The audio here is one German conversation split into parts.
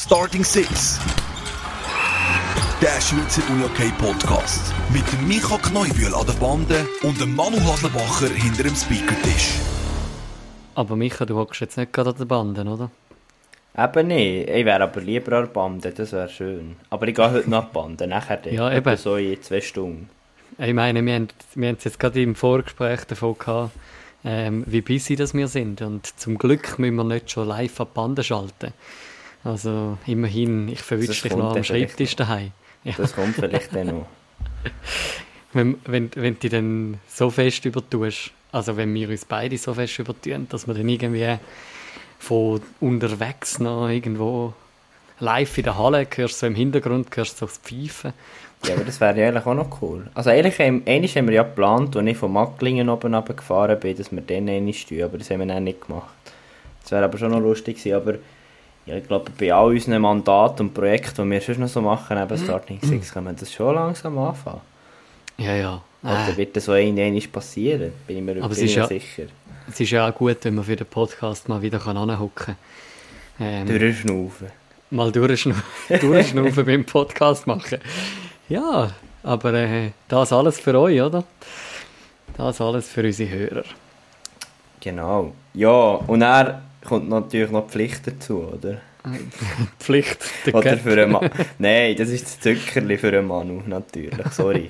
Starting Six. Der Schweizer UniOK-Podcast. Mit dem Micha Kneubühl an der Bande und dem Manu Haslebacher hinter dem Speakertisch. Aber Micha, du hockst jetzt nicht gerade an der Bande, oder? Eben nicht. Ich wäre aber lieber an der Bande, das wäre schön. Aber ich gehe heute nach der Bande, nachher dann. Ja, eben. So in 2 Stunden. Ich meine, wir haben es jetzt gerade im Vorgespräch davon gehabt, wie busy das wir sind. Und zum Glück müssen wir nicht schon live an die Bande schalten. Also immerhin, ich verwünsche dich noch am Schreibtisch daheim. Ja. Das kommt vielleicht dann noch. Wenn du dich dann so fest übertust, also wenn wir uns beide so fest übertun, dass wir dann irgendwie von unterwegs noch irgendwo live in der Halle hörst, so im Hintergrund hörst du so das Pfeifen. Ja, aber das wäre ja eigentlich auch noch cool. Also eigentlich haben wir ja geplant, als ich von Macklingen oben runtergefahren bin, dass wir dann einmal stehen, aber das haben wir dann nicht gemacht. Das wäre aber schon noch lustig gewesen, aber ja, ich glaube, bei all unseren Mandaten und Projekten, die wir sonst noch so machen, eben Starting Six, kann man das schon langsam anfangen. Ja. Oder wird das so einmal passieren, bin ich mir sicher. Es ist ja auch gut, wenn man für den Podcast mal wieder anhocken kann. Durchschnaufen. Mal durchschnaufen beim Podcast machen. Ja, aber das alles für euch, oder? Das alles für unsere Hörer. Genau. Ja, und er kommt natürlich noch die Pflicht dazu, oder? Pflicht, der oder für einen Mann. Nein, das ist das Zuckerli für einen Manu, natürlich, sorry.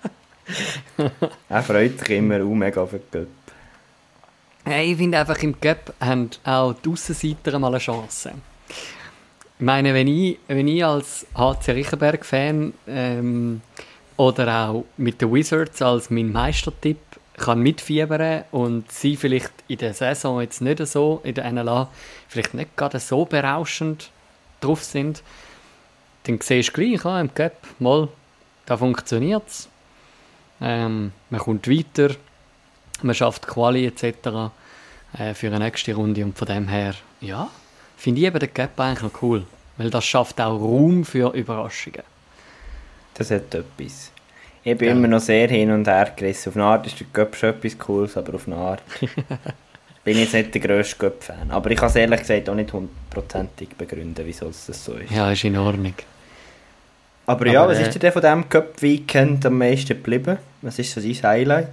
Er freut sich immer auch mega auf den Cup. Ich finde einfach, im Cup haben auch die Aussenseiter mal eine Chance. Ich meine, wenn ich als HC Riechenberg-Fan oder auch mit den Wizards als mein Meistertipp kann mitfiebern und sie vielleicht in der Saison jetzt nicht so, in der NLA, vielleicht nicht gerade so berauschend drauf sind, dann siehst du gleich im Cup, mal, da funktioniert es. Man kommt weiter, man schafft Quali etc. Für eine nächste Runde und von dem her, ja, finde ich eben den Cup eigentlich noch cool, weil das schafft auch Raum für Überraschungen. Das hat etwas. Ich bin immer noch sehr hin und her gerissen. Auf eine Art ist der Cup schon etwas Cooles, aber auf eine Art bin ich jetzt nicht der grösste Cup-Fan. Aber ich kann es ehrlich gesagt auch nicht 100%ig begründen, wieso das so ist. Ja, ist in Ordnung. Aber ja, was ist dir denn von diesem Cup-Weekend am meisten geblieben? Was ist so dein Highlight?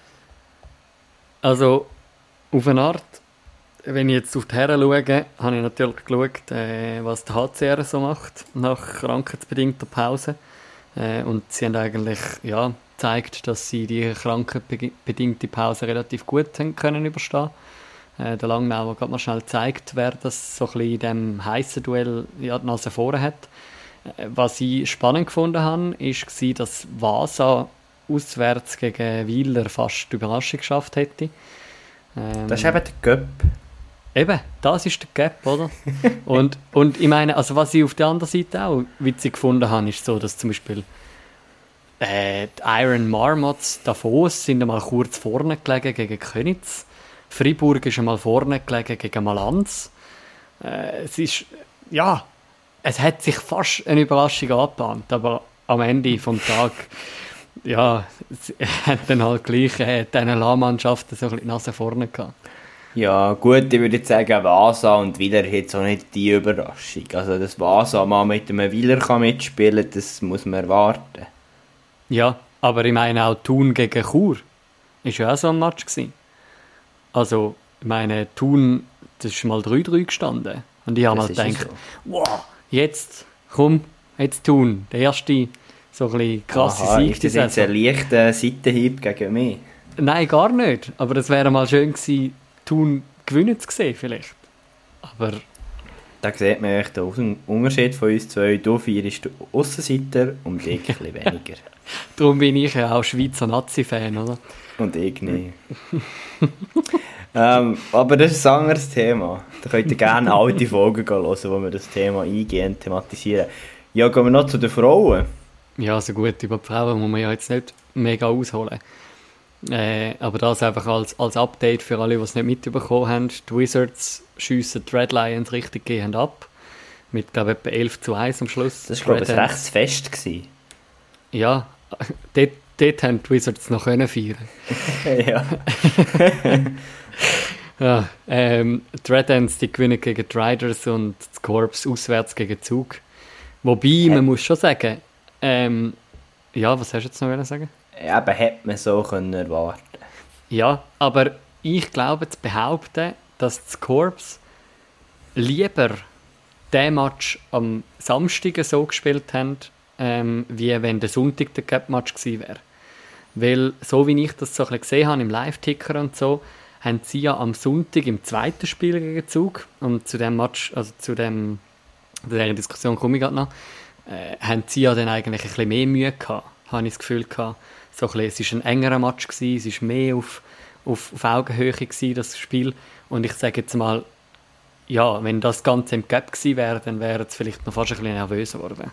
Also, auf eine Art, wenn ich jetzt auf die Herren schaue, habe ich natürlich geschaut, was der HCR so macht, nach krankheitsbedingter Pause. Und sie haben eigentlich gezeigt, dass sie die krankheitsbedingte Pause relativ gut haben können überstehen. Der Langnauer gerade mal schnell gezeigt, wer das so ein bisschen in diesem heissen Duell die Nase vorne hat. Was ich spannend gefunden habe, war, dass Vasa auswärts gegen Weiler fast die Überraschung geschafft hätte. Das ist eben der Cup. Eben, das ist der Gap, oder? und ich meine, also was ich auf der anderen Seite auch witzig gefunden habe, ist so, dass zum Beispiel die Iron Marmots Davos sind einmal kurz vorne gelegen gegen Königs. Fribourg ist einmal vorne gelegen gegen Malanz. Es hat sich fast eine Überraschung angebahnt, aber am Ende vom Tag hat dann halt gleich diese La-Mannschaften so ein bisschen die Nase vorne gehabt. Ja, gut, ich würde jetzt sagen, Vasa und Weiler hat jetzt auch nicht die Überraschung. Also, dass Vasa mal mit einem Weiler mitspielen kann, das muss man erwarten. Ja, aber ich meine auch Thun gegen Chur war ja auch so ein Match gewesen. Also, ich meine, Thun, das ist mal 3-3 gestanden. Und ich habe mal gedacht, so. Wow, jetzt Thun, der erste so ein bisschen krasse Sieg. Ist das jetzt ein leichter Seitenhieb gegen mich? Nein, gar nicht. Aber es wäre mal schön gewesen, Thun gewinnen zu sehen, vielleicht. Aber da sieht man echt den Unterschied von uns zwei. Du feierst Aussenseiter und ich ein bisschen weniger. Darum bin ich ja auch Schweizer Nazi-Fan, oder? Und ich nicht. Aber das ist ein anderes Thema. Da könnt ihr gerne alte Folgen hören, wo wir das Thema eingehend thematisieren. Ja, gehen wir noch zu den Frauen. Ja, so gut, über die Frauen muss man ja jetzt nicht mega ausholen. Aber das einfach als Update für alle, die es nicht mitbekommen haben. Die Wizards schiessen die Red Lions richtig gehend ab. Mit, glaube ich, etwa 11-1 am Schluss. Das war, glaube ich, ein rechtes Fest gewesen. Ja, dort haben die Wizards noch feiern. Ja. Ja, die Red Ants, die gewinnen gegen die Riders und das Corps auswärts gegen Zug. Wobei, man muss schon sagen, ja, was hast du jetzt noch sagen? Ja, aber hätte man so können erwarten. Ja, aber ich glaube zu behaupten, dass das Corps lieber den Match am Samstag so gespielt haben, wie wenn der Sonntag der Cup-Match gewesen wäre. Weil, so wie ich das so ein bisschen gesehen habe im Live-Ticker und so, haben sie ja am Sonntag im zweiten Spiel gegen Zug, und zu dem Match, also zu dieser Diskussion komme ich gerade noch, haben sie ja dann eigentlich ein bisschen mehr Mühe gehabt, habe ich das Gefühl gehabt. So ein bisschen, es war ein engerer Match gewesen, es war mehr auf Augenhöhe gewesen, das Spiel. Und ich sage jetzt mal, ja, wenn das Ganze im Cup gewesen wäre, dann wäre es vielleicht noch fast ein bisschen nervös geworden.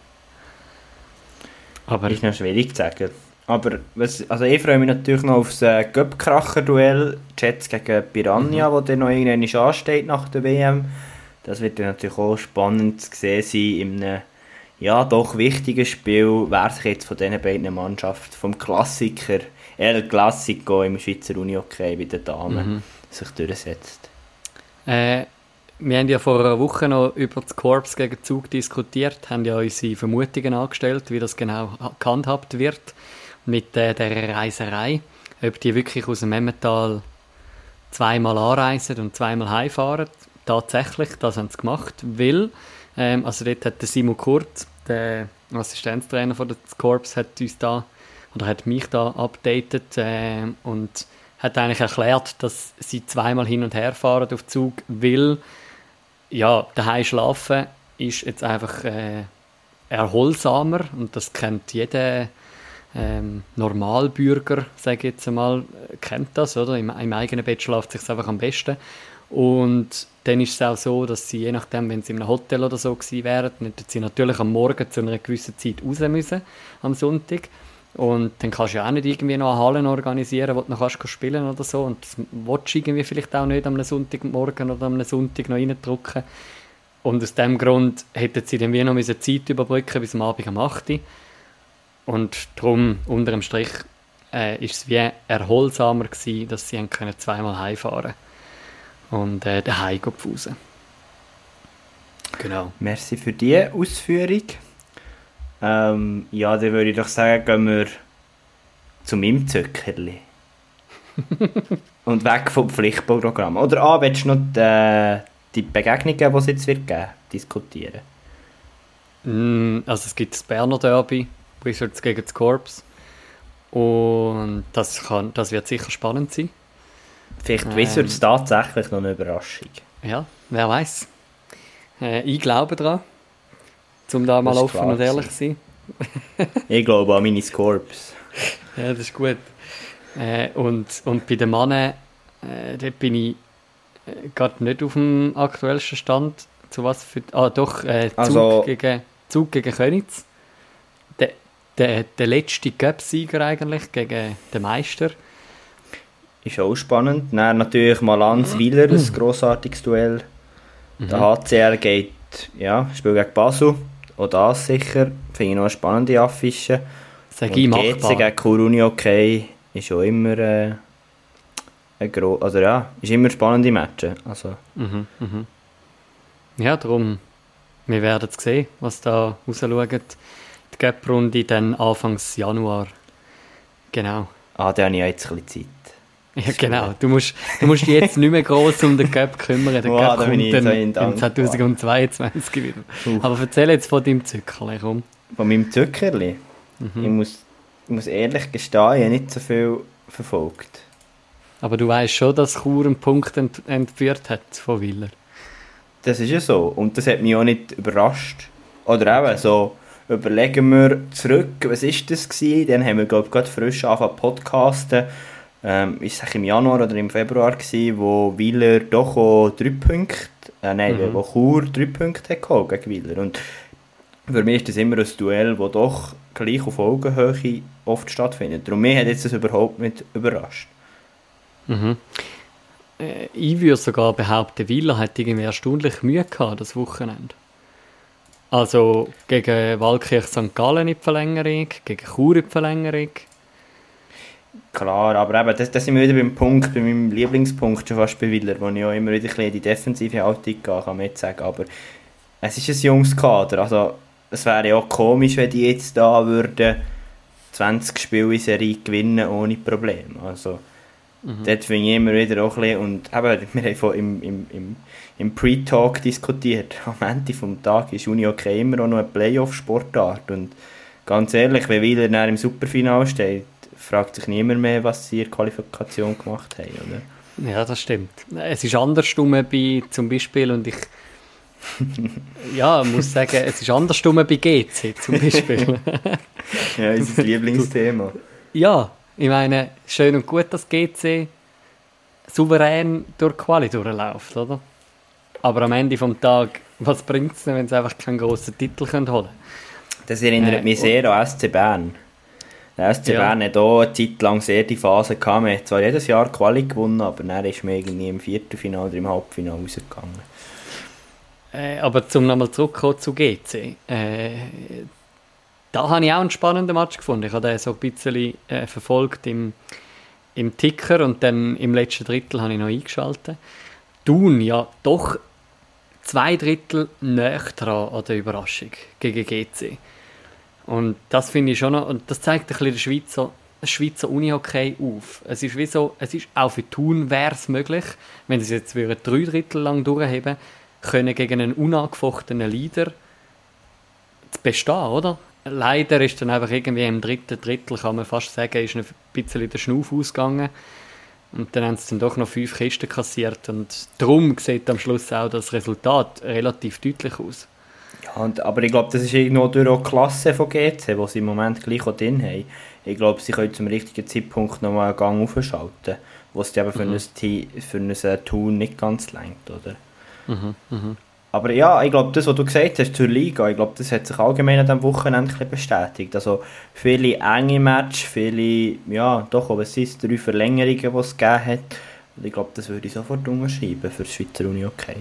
Aber ist noch schwierig zu sagen. Aber also ich freue mich natürlich noch auf das Cup-Kracher-Duell, Jets gegen Piranha, das dann noch irgendwann ansteht nach der WM. Das wird dann natürlich auch spannend zu sehen sein in einem ja, doch wichtiges Spiel, wer sich jetzt von diesen beiden Mannschaften, vom Klassiker El Clasico im Schweizer Unihockey bei den Damen, sich durchsetzt. Wir haben ja vor einer Woche noch über das Corps gegen Zug diskutiert, haben ja unsere Vermutungen angestellt, wie das genau gehandhabt wird mit der Reiserei. Ob die wirklich aus dem Emmental zweimal anreisen und zweimal heimfahren. Tatsächlich, das haben sie gemacht, weil also dort hat der Simon Kurt, der Assistenztrainer von der Corps, hat uns da oder hat mich da updated und hat eigentlich erklärt, dass sie zweimal hin und her fahren auf Zug, weil ja, daheim schlafen ist jetzt einfach erholsamer, und das kennt jeder Normalbürger, sage ich jetzt einmal, kennt das, oder? Im eigenen Bett schläft es sich einfach am besten. Und dann ist es auch so, dass sie, je nachdem, wenn sie in einem Hotel oder so gewesen wären, hätten sie natürlich am Morgen zu einer gewissen Zeit raus müssen, am Sonntag. Und dann kannst du ja auch nicht irgendwie noch eine Halle organisieren, wo du noch kannst spielen oder so. Und das willst du irgendwie vielleicht auch nicht am Sonntagmorgen oder am Sonntag noch reindrücken. Und aus diesem Grund hätten sie dann wie noch Zeit überbrücken bis am Abend um 8 Uhr. Und darum, unter dem Strich, ist es wie erholsamer gewesen, dass sie zweimal heimfahren und daheim pfusen. Genau. Merci für diese Ausführung. Ja, dann würde ich doch sagen, gehen wir zu meinem Zückerli. Und weg vom Pflichtprogramm. Oder willst du noch die Begegnungen, die es jetzt wird geben, diskutieren? Also es gibt das Berner Derby, Wizards gegen das Corps. Und das wird sicher spannend sein. Vielleicht Wizards tatsächlich noch eine Überraschung. Ja, wer weiß. Ich glaube daran, um da mal offen und ehrlich zu sein. Ich glaube an meine Corps. Ja, das ist gut. Und bei den Männern, dort bin ich gerade nicht auf dem aktuellsten Stand. Zu was für... Zug gegen Königs. Der letzte Cup-Sieger eigentlich gegen den Meister. Ist auch spannend. Dann natürlich Malanz-Wieler, ein grossartiges Duell. Der HCR spielt gegen Basel. Auch das sicher. Finde ich noch eine spannende Affische. Sag ich machbar. GC gegen Kuruni ist auch immer ist immer spannende Matches. Also. Ja, darum, wir werden sehen, was da rausschaut. Die Cup-Runde dann Anfangs Januar. Genau. Da habe ich jetzt ein bisschen Zeit. Ja, genau. Du musst dich jetzt nicht mehr gross um den Cup kümmern. Der Cup kommt dann im 2022 wieder. Aber erzähl jetzt von deinem Zückerli, komm. Von meinem Zückerli? Ich muss ehrlich gestehen, ich habe nicht so viel verfolgt. Aber du weißt schon, dass Chur einen Punkt entführt hat von Wieler. Das ist ja so. Und das hat mich auch nicht überrascht. Oder eben so, überlegen wir zurück, was war das gewesen? Dann haben wir, glaube ich, gerade frisch angefangen podcasten. Ist es im Januar oder im Februar gewesen, wo Wieler doch auch 3 Punkte, wo Chur 3 Punkte hat geholt gegen Wieler. Und für mich ist das immer ein Duell, das doch gleich auf Augenhöhe oft stattfindet. Darum mich hat jetzt das überhaupt nicht überrascht. Ich würde sogar behaupten, Wieler hat irgendwie erstaunlich Mühe gehabt, das Wochenende. Also gegen Waldkirch St. Gallen in die Verlängerung, gegen Chur in die Verlängerung. Klar, aber eben, das sind wir wieder beim Punkt, bei meinem Lieblingspunkt schon fast bei Willer, wo ich auch immer wieder ein bisschen in die defensive Haltung gehe, kann man jetzt sagen, aber es ist ein junges Kader, also es wäre ja auch komisch, wenn die jetzt da würden 20 Spiele in Serie gewinnen ohne Probleme, also dort finde ich immer wieder auch ein bisschen, und eben, wir haben im Pre-Talk diskutiert, am Ende des Tages ist Unihockey immer auch noch eine Playoff-Sportart und ganz ehrlich, wenn Willer dann im Superfinale steht, fragt sich niemand mehr, was sie in der Qualifikation gemacht haben, oder? Ja, das stimmt. Es ist andersrum bei zum Beispiel, und ich ja, muss sagen, es ist andersrum bei GC zum Beispiel. Ja, unser Lieblingsthema. Ja, ich meine, schön und gut, dass GC souverän durch die Quali durchläuft, oder? Aber am Ende des Tages, was bringt es denn, wenn sie einfach keinen grossen Titel holen können? Das erinnert mich sehr an SC Bern. Der SC Bern hat auch eine Zeit lang sehr die Phase gehabt. Man hat zwar jedes Jahr Quali gewonnen, aber dann ist man irgendwie im Viertelfinale oder im Halbfinale rausgegangen. Aber zum nochmal zurückkommen zu GC. Da habe ich auch einen spannenden Match gefunden. Ich habe den so ein bisschen verfolgt im Ticker und dann im letzten Drittel habe ich noch eingeschaltet. Thun ja doch 2/3 näher dran an der Überraschung gegen GC. Und das finde ich schon noch, und das zeigt ein bisschen das Schweizer Unihockey auf. Es ist wie so, es ist auch für Thun wäre es möglich, wenn sie es jetzt 3/3 lang durchheben, können gegen einen unangefochtenen Leader zu bestehen, oder? Leider ist dann einfach irgendwie im 3. Drittel, kann man fast sagen, ist ein bisschen der Schnuff ausgegangen. Und dann haben sie dann doch noch 5 Kisten kassiert. Und darum sieht am Schluss auch das Resultat relativ deutlich aus. Ja, aber ich glaube, das ist irgendwo durch die Klasse von GC, die sie im Moment gleich auch drin haben. Ich glaube, sie können zum richtigen Zeitpunkt nochmal einen Gang aufschalten, wo es eben für ein Thun nicht ganz reicht, oder? Aber ja, ich glaube, das, was du gesagt hast zur Liga, ich glaube, das hat sich allgemein an diesem Wochenende bestätigt. Also viele enge Matches, viele, ja, doch, aber es sind 3 Verlängerungen, die es gegeben hat. Und ich glaube, das würde ich sofort unterschreiben für das Schweizer Unihockey.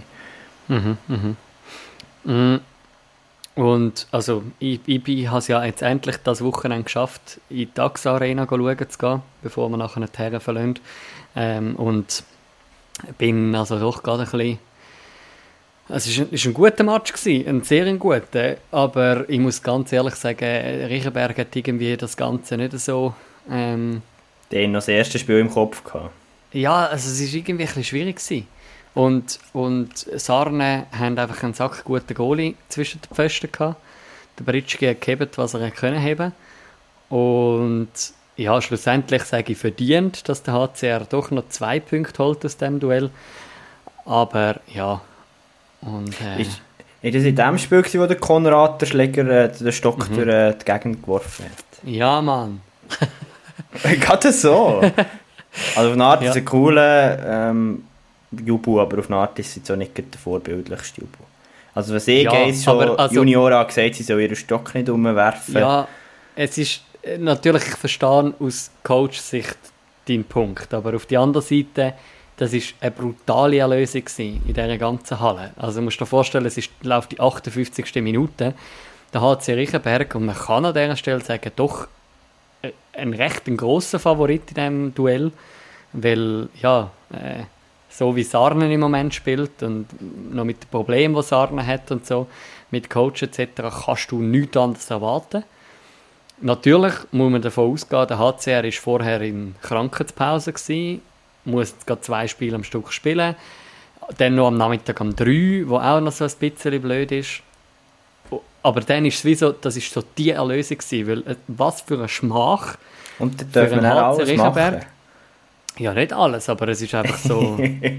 Und also ich habe es ja jetzt endlich das Wochenende geschafft, in die AXA Arena schauen zu gehen, bevor wir nachher die Herren verlassen. Und bin also doch gerade ein bisschen... Es ist ein guter Match gewesen, ein sehr guter, aber ich muss ganz ehrlich sagen, Riechenberg hat irgendwie das Ganze nicht so... Der hat noch das erste Spiel im Kopf gehabt. Ja, also es war irgendwie ein bisschen schwierig gewesen. Und Sarne haben einfach einen sackguten Goalie zwischen den Pfosten gehabt. Der Britschki hat gehabt, was er können haben. Und ja, schlussendlich sage ich verdient, dass der HCR doch noch 2 Punkte holt aus diesem Duell. Aber ja... Und, ist das in dem Spiel, wo der Konrad der Schläger den Stock durch die Gegend geworfen hat? Ja, Mann. Geht das so? Also auf eine Art ist es ein cooler Jubu, aber auf eine Art ist es auch nicht der vorbildlichste Jubu. Also was geht schon, also, Junioren haben gesagt, sie sollen ihren Stock nicht umwerfen. Ja, es ist natürlich, ich verstehe aus Coach-Sicht deinen Punkt, aber auf die andere Seite... Das war eine brutale Erlösung in dieser ganzen Halle. Also du musst dir vorstellen, es läuft die 58. Minute. Der HC Riechenberg, und man kann an dieser Stelle sagen, doch ein recht grosser Favorit in diesem Duell. Weil, ja, so wie Sarnen im Moment spielt und noch mit den Problemen, die Sarnen hat und so, mit Coach etc., kannst du nichts anderes erwarten. Natürlich muss man davon ausgehen, der HCR war vorher in Krankheitspause gewesen, muss jetzt gerade 2 Spiele am Stück spielen. Dann noch am Nachmittag um 3, wo auch noch so ein bisschen blöd ist. Aber dann ist es wie so, das ist so die Erlösung gewesen, weil was für ein Schmach. Und da dürfen wir auch alles machen. Ja, nicht alles, aber es ist einfach so...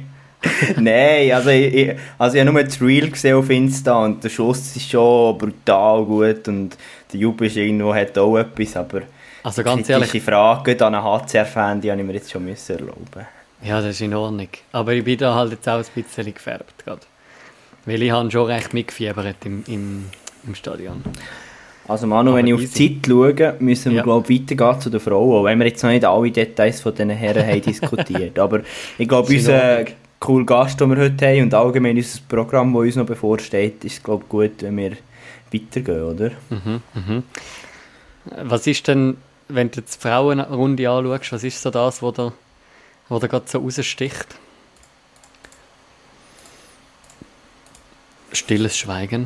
Nein, also ich habe nur das Reel gesehen auf Insta und der Schuss ist schon brutal gut und der Jubel ist irgendwo, hat auch etwas, aber... Also ganz ehrlich... Die Frage an einen HCR-Fan, die habe ich mir jetzt schon erlauben. Ja, das ist in Ordnung. Aber ich bin da halt jetzt auch ein bisschen gefärbt gerade. Weil ich habe schon recht mitgefiebert im Stadion. Also Manu, aber wenn ich auf die Zeit schaue, müssen wir glaube weitergehen zu den Frauen. Auch wenn wir jetzt noch nicht alle Details von diesen Herren haben diskutiert. Aber ich glaube, unser cooler Gast, den wir heute haben und allgemein unser Programm, das uns noch bevorsteht, ist glaube gut, wenn wir weitergehen, oder? Was ist denn wenn du jetzt die Frauenrunde anschaust, was ist so das, wo da gerade so raussticht? Stilles Schweigen.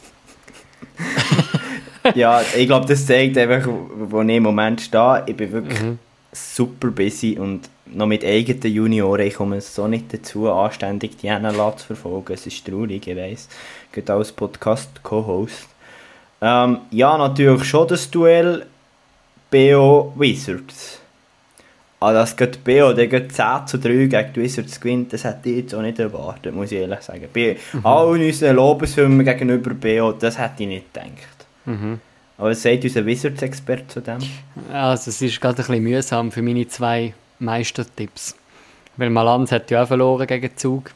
Ja, ich glaube, das zeigt einfach, wo ich im Moment stehe. Ich bin wirklich super busy und noch mit eigenen Junioren. Ich komme so nicht dazu, anständig die NLA zu verfolgen. Es ist traurig, ich weiss. Geht als Podcast-Co-Host. Ja, natürlich schon das Duell BO Wizards. Das geht BO, der geht 10-3 gegen die Wizards gewinnt, das hätte ich jetzt auch nicht erwartet, muss ich ehrlich sagen. Bei allen unseren Lobeshymnen gegenüber BO, das hätte ich nicht gedacht. Aber was sagt unser Wizards-Experte zu dem? Also es ist gerade ein bisschen mühsam für meine 2 Meistertipps. Weil Malanz hat ja auch verloren gegen Zug.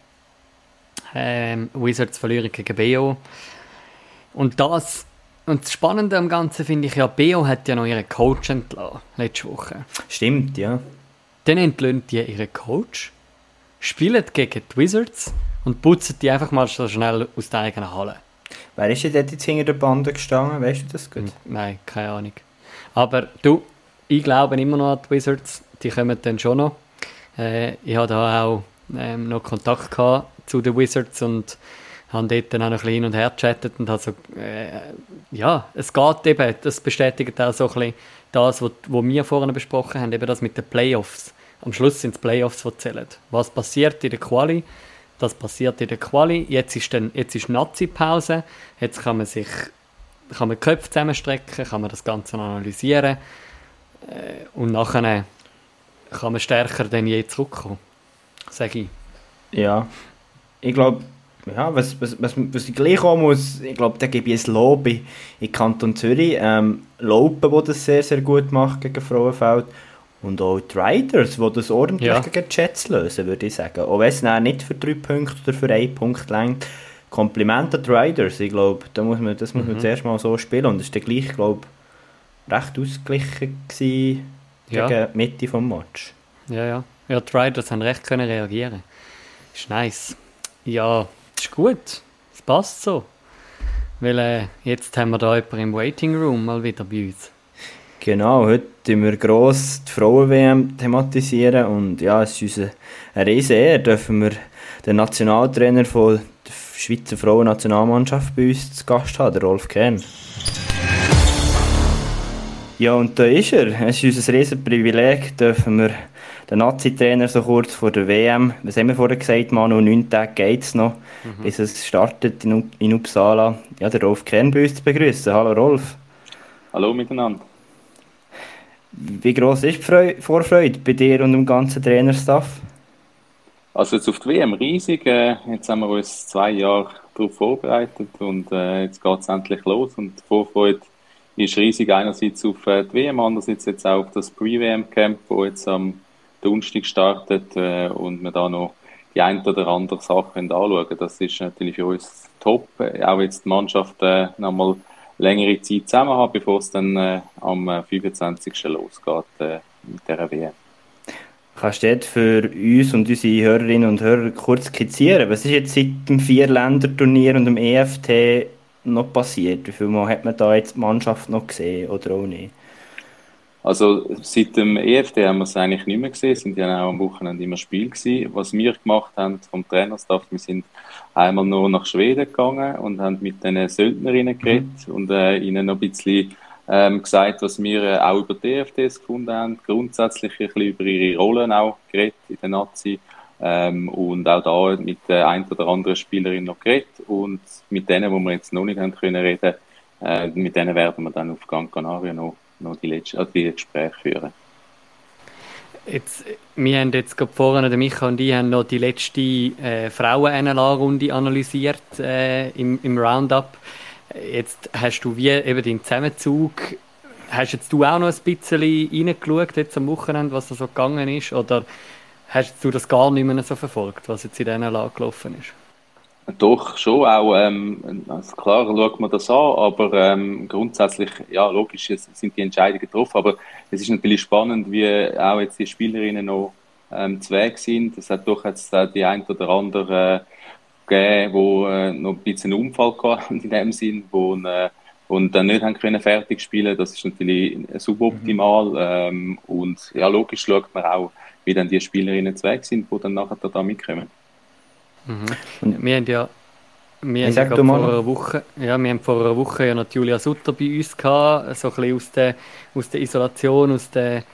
Wizards verlieren gegen BO. Und das Spannende am Ganzen finde ich ja, BO hat ja noch ihren Coach entlassen, letzte Woche. Stimmt, ja. Dann entlöhnt die ihren Coach, spielen gegen die Wizards und putzen die einfach mal so schnell aus der eigenen Halle. Wer ist denn dort jetzt hinter der Bande gestanden? Weißt du das gut? Nein, keine Ahnung. Aber du, ich glaube immer noch an die Wizards, die kommen dann schon noch. Ich hatte da auch noch Kontakt gehabt zu den Wizards und haben dort dann auch noch ein bisschen hin und her gechattet und also, ja, es geht eben, das bestätigt auch so ein bisschen das, was wir vorhin besprochen haben, eben das mit den Playoffs. Am Schluss sind es Playoffs, die zählen. Was passiert in der Quali? Das passiert in der Quali. Jetzt ist Nazi-Pause. Jetzt kann man die Köpfe zusammenstrecken, kann man das Ganze analysieren und nachher kann man stärker denn je zurückkommen, sage ich. Ja, ich glaube, ja, was ich gleich auch muss, ich glaube, da gebe ich ein Lob in Kanton Zürich. Laupen, der das sehr, sehr gut macht gegen Frauenfeld. Und auch die Riders, die das ordentlich gegen die Jets lösen, würde ich sagen. Auch wenn es nicht für 3 Punkte oder für 1 Punkt reicht. Kompliment an die Riders, ich glaube, das muss man zuerst mal so spielen. Und es war dann gleich, glaube ich, recht ausgeglichen gegen die Mitte des Matches. Ja, die Riders haben recht können reagieren. Ist nice. Ja, ist gut. Es passt so. Weil jetzt haben wir da jemanden im Waiting Room mal wieder bei uns. Genau, heute thematisieren wir gross die Frauen-WM thematisieren und ja, es ist uns eine riesen Ehre, dürfen wir den Nationaltrainer von der Schweizer Frauen-Nationalmannschaft bei uns zu Gast haben, der Rolf Kern. Ja, und da ist er. Es ist uns ein riesen Privileg, dürfen wir den Nazi-Trainer so kurz vor der WM, was haben wir vorher gesagt, Manu, 9 Tage geht es noch, bis es startet in Uppsala, ja, den Rolf Kern bei uns zu begrüßen. Hallo Rolf. Hallo miteinander. Wie gross ist die Vorfreude bei dir und dem ganzen Trainerstaff? Also jetzt auf die WM riesig. Jetzt haben wir uns 2 Jahre darauf vorbereitet und jetzt geht es endlich los. Und die Vorfreude ist riesig, einerseits auf die WM, andererseits jetzt auch auf das Pre-WM-Camp, das jetzt am Donnerstag startet und wir da noch die ein oder andere Sache anschauen. Das ist natürlich für uns top. Auch jetzt die Mannschaft nochmal längere Zeit zusammen haben, bevor es dann am 25. losgeht mit dieser WM. Kannst du dort für uns und unsere Hörerinnen und Hörer kurz skizzieren? Was ist jetzt seit dem 4-Länder-Turnier und dem EFT noch passiert? Wie viel Mal hat man da jetzt die Mannschaft noch gesehen oder auch nicht? Also seit dem EFT haben wir es eigentlich nicht mehr gesehen. Es sind ja auch am Wochenende immer Spiele gewesen. Was wir gemacht haben vom Trainerstaff, wir sind einmal nur nach Schweden gegangen und haben mit den Söldnerinnen geredet und ihnen noch ein bisschen gesagt, was wir auch über die EFTs gefunden haben. Grundsätzlich ein bisschen über ihre Rollen auch geredet in der Nazi und auch da mit der ein oder anderen Spielerin noch geredet und mit denen, wo wir jetzt noch nicht haben können reden, mit denen werden wir dann auf Gran Canaria noch die Gespräche führen. Jetzt, wir haben jetzt gerade vorhin, der Micha und ich haben noch die letzte Frauen-NLA-Runde analysiert im Roundup. Jetzt hast du wie eben deinen Zusammenzug, hast jetzt du auch noch ein bisschen reingeschaut jetzt am Wochenende, was da so gegangen ist, oder hast du das gar nicht mehr so verfolgt, was jetzt in der NLA gelaufen ist? Doch, schon auch, also klar schaut man das an, aber grundsätzlich, ja, logisch sind die Entscheidungen getroffen, aber es ist natürlich spannend, wie auch jetzt die Spielerinnen noch zu Weg sind. Es hat doch jetzt die ein oder andere gegeben, wo noch ein bisschen einen Unfall hatten in dem Sinn, wo und dann nicht haben können fertig spielen. Das ist natürlich suboptimal. Und ja, logisch schaut man auch, wie dann die Spielerinnen zu Weg sind, die dann nachher da mitkommen. Wir haben ja wir haben vor einer Woche ja noch Julia Sutter bei uns gehabt, so ein bisschen aus der Isolation, aus der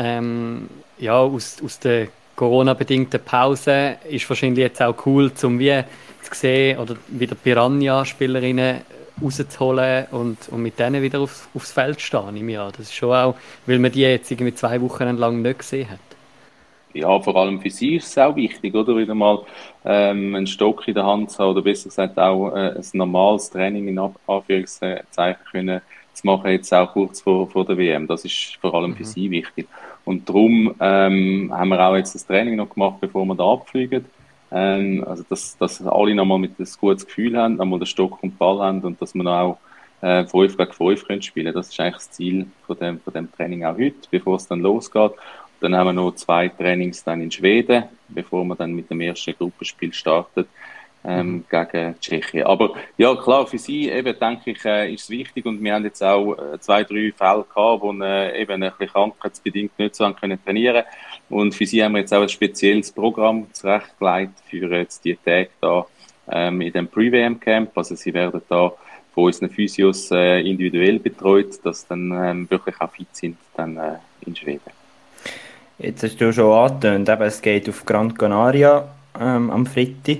Corona-bedingten Pause. Ist wahrscheinlich jetzt auch cool, um wie zu sehen oder wieder Piranha-Spielerinnen rauszuholen und mit denen wieder aufs Feld stehen im Jahr. Das ist schon auch, weil man die jetzt irgendwie 2 Wochen lang nicht gesehen hat. Ja, vor allem für sie ist es auch wichtig, oder? Wieder mal einen Stock in der Hand zu haben, oder besser gesagt auch ein normales Training in Anführungszeichen können zu machen, jetzt auch kurz vor der WM. Das ist vor allem für sie wichtig. Und darum haben wir auch jetzt das Training noch gemacht, bevor wir da abfliegen. Also dass alle nochmal mit ein gutes Gefühl haben, nochmal den Stock und den Ball haben und dass wir noch auch 5 gegen 5 können spielen. Das ist eigentlich das Ziel von dem Training auch heute, bevor es dann losgeht. Dann haben wir noch 2 Trainings dann in Schweden, bevor wir dann mit dem ersten Gruppenspiel starten gegen Tschechien. Aber ja, klar, für sie eben, denke ich, ist es wichtig und wir haben jetzt auch 2, 3 Fälle gehabt, wo eben ein bisschen krankheitsbedingt nicht so haben können trainieren. Und für sie haben wir jetzt auch ein spezielles Programm zurechtgelegt für jetzt die Tage da in dem Pre-WM-Camp. Also sie werden da von unseren Physios individuell betreut, dass dann wirklich auch fit sind dann in Schweden. Jetzt hast du schon angetönt, es geht auf Gran Canaria am Freitag.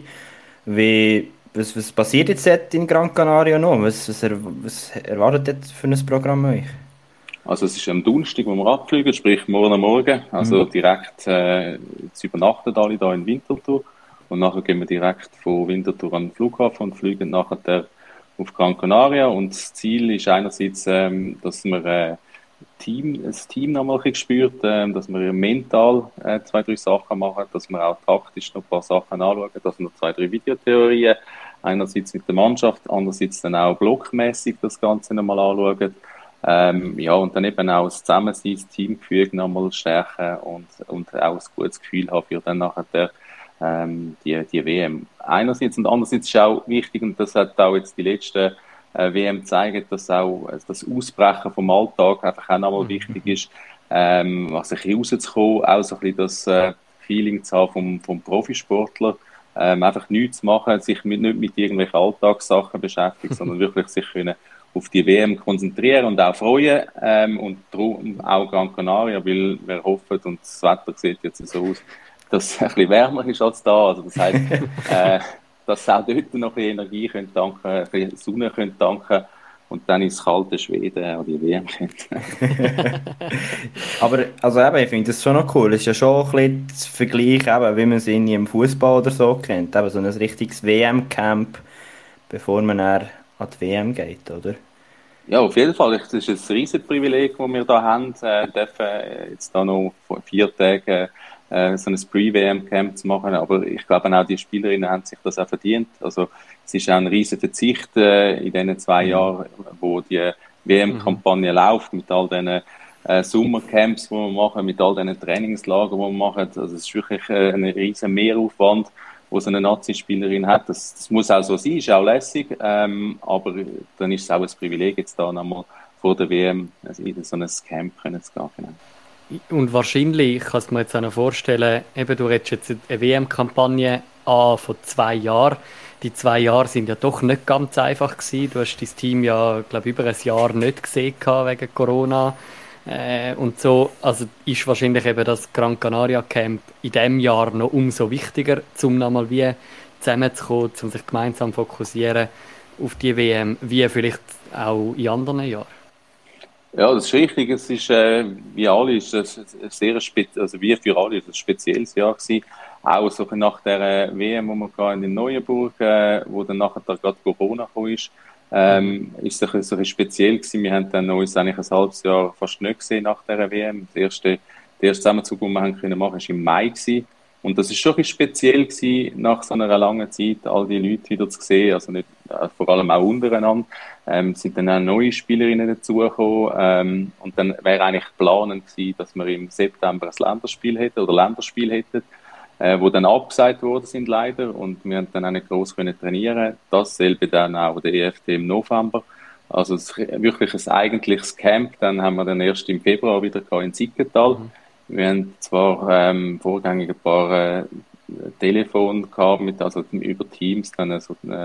Was passiert jetzt in Gran Canaria noch? Was erwartet jetzt für ein Programm euch? Also es ist am Donnerstag, wo wir abfliegen, sprich morgen am Morgen. Also direkt jetzt übernachten alle da in Winterthur. Und nachher gehen wir direkt von Winterthur an den Flughafen und fliegen nachher auf Gran Canaria. Und das Ziel ist einerseits, dass wir das Team noch mal ein bisschen spürt, dass wir mental 2, 3 Sachen machen, dass wir auch taktisch noch ein paar Sachen anschauen, dass wir 2, 3 Videotheorien, einerseits mit der Mannschaft, andererseits dann auch blockmäßig das Ganze noch mal anschauen. Und dann eben auch das Zusammensein, das Teamgefüge noch mal stärken und auch ein gutes Gefühl haben für dann nachher die WM. Einerseits und andererseits ist auch wichtig, und das hat auch jetzt die letzten WM zeigt, dass auch das Ausbrechen vom Alltag einfach auch nochmal wichtig ist, was ein bisschen rauszukommen, auch so ein bisschen das Feeling zu haben vom Profisportler, einfach nichts zu machen, sich nicht mit irgendwelchen Alltagssachen beschäftigen, sondern wirklich sich können auf die WM konzentrieren und auch freuen und darum auch Gran Canaria, weil wir hoffen und das Wetter sieht jetzt so aus, dass es ein bisschen wärmer ist als da, also das heisst, dass sie auch dort noch ein bisschen Energie können tanken, ein bisschen Sonne können tanken und dann ins kalte Schweden an die WM können. Aber also eben, ich finde das schon noch cool. Es ist ja schon ein bisschen das Vergleich, eben, wie man es im Fußball oder so kennt. Eben so ein richtiges WM-Camp, bevor man dann an die WM geht, oder? Ja, auf jeden Fall. Das ist ein riesen Privileg, das wir da haben. Dürfen jetzt da noch vor 4 Tagen so ein Pre-WM-Camp zu machen, aber ich glaube auch die Spielerinnen haben sich das auch verdient. Also es ist auch ein riesen Verzicht in diesen 2 Jahren, wo die WM-Kampagne läuft, mit all diesen Sommercamps, die wir machen, mit all diesen Trainingslagern, die wir machen. Also es ist wirklich ein riesen Mehraufwand, wo so eine Nazi-Spielerin hat. Das muss auch so sein, ist auch lässig, aber dann ist es auch ein Privileg, jetzt da nochmal vor der WM in so ein Camp können zu gehen. Genau. Und wahrscheinlich, ich kann es mir jetzt auch noch vorstellen, eben, du redest jetzt eine WM-Kampagne an von 2 Jahren. Die 2 Jahre sind ja doch nicht ganz einfach gewesen. Du hast dein Team ja, glaube ich, über ein Jahr nicht gesehen wegen Corona und so. Also ist wahrscheinlich eben das Gran Canaria Camp in diesem Jahr noch umso wichtiger, um nochmal wie zusammenzukommen, um sich gemeinsam zu fokussieren auf die WM, wie vielleicht auch in anderen Jahren. Ja, das ist richtig. Es ist, wie alle, ist es also wie für alle, ein spezielles Jahr gewesen. Auch so nach der WM, wo wir gehen in Neuenburg, wo dann nachher gerade Corona gekommen ist, ist es so ein speziell gewesen. Wir haben dann uns eigentlich ein halbes Jahr fast nicht gesehen nach der WM. Der erste Zusammenzug, den wir machen können, war im Mai gewesen. Und das ist schon ein bisschen speziell gewesen, nach so einer langen Zeit, all die Leute wieder zu sehen, also nicht, vor allem auch untereinander, sind dann auch neue Spielerinnen dazugekommen, und dann wäre eigentlich planend gewesen, dass wir im September ein Länderspiel hätten, wo dann abgesagt worden sind leider, und wir haben dann auch nicht gross können trainieren. Dasselbe dann auch der EFT im November. Also wirklich ein eigentliches Camp, dann haben wir dann erst im Februar wieder in Siggenthal. Wir haben zwar vorgängig ein paar Telefon gehabt, also über Teams, dann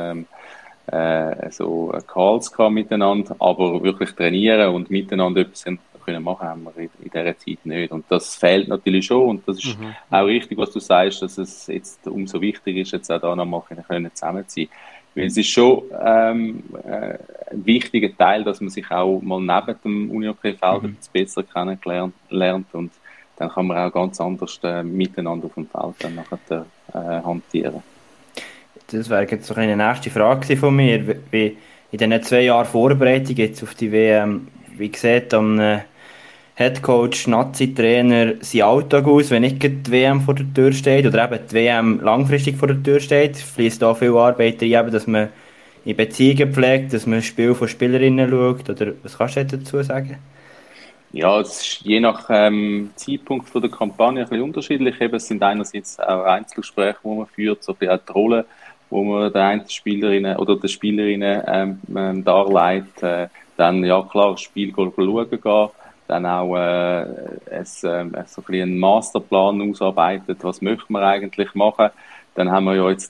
so Calls gehabt miteinander, aber wirklich trainieren und miteinander etwas können machen, haben wir in dieser Zeit nicht. Und das fehlt natürlich schon und das ist auch richtig, was du sagst, dass es jetzt umso wichtiger ist, jetzt auch da nochmal zusammen zu sein. Weil es ist schon ein wichtiger Teil, dass man sich auch mal neben dem Unihockey-Feld etwas besser kennenlernt und dann kann man auch ganz anders miteinander auf dem Feld dann nachher hantieren. Das wäre jetzt so eine nächste Frage von mir. Wie in diesen 2 Jahren Vorbereitung jetzt auf die WM, wie sieht am Headcoach, Nazi-Trainer sein Alltag aus, wenn nicht die WM vor der Tür steht oder eben die WM langfristig vor der Tür steht? Fließt da viel Arbeit rein, dass man in Beziehungen pflegt, dass man Spiel von Spielerinnen schaut? Oder was kannst du dazu sagen? Ja, es ist je nach Zeitpunkt von der Kampagne ein bisschen unterschiedlich. Eben, es sind einerseits auch Einzelgespräche, die man führt, so ein die Rolle, wo man der einen Spielerinnen oder der Spielerinnen darlegt. Dann, ja klar, das Spiel schauen gehen. Dann auch so ein bisschen einen Masterplan ausarbeitet, was möchten wir eigentlich machen. Dann haben wir ja jetzt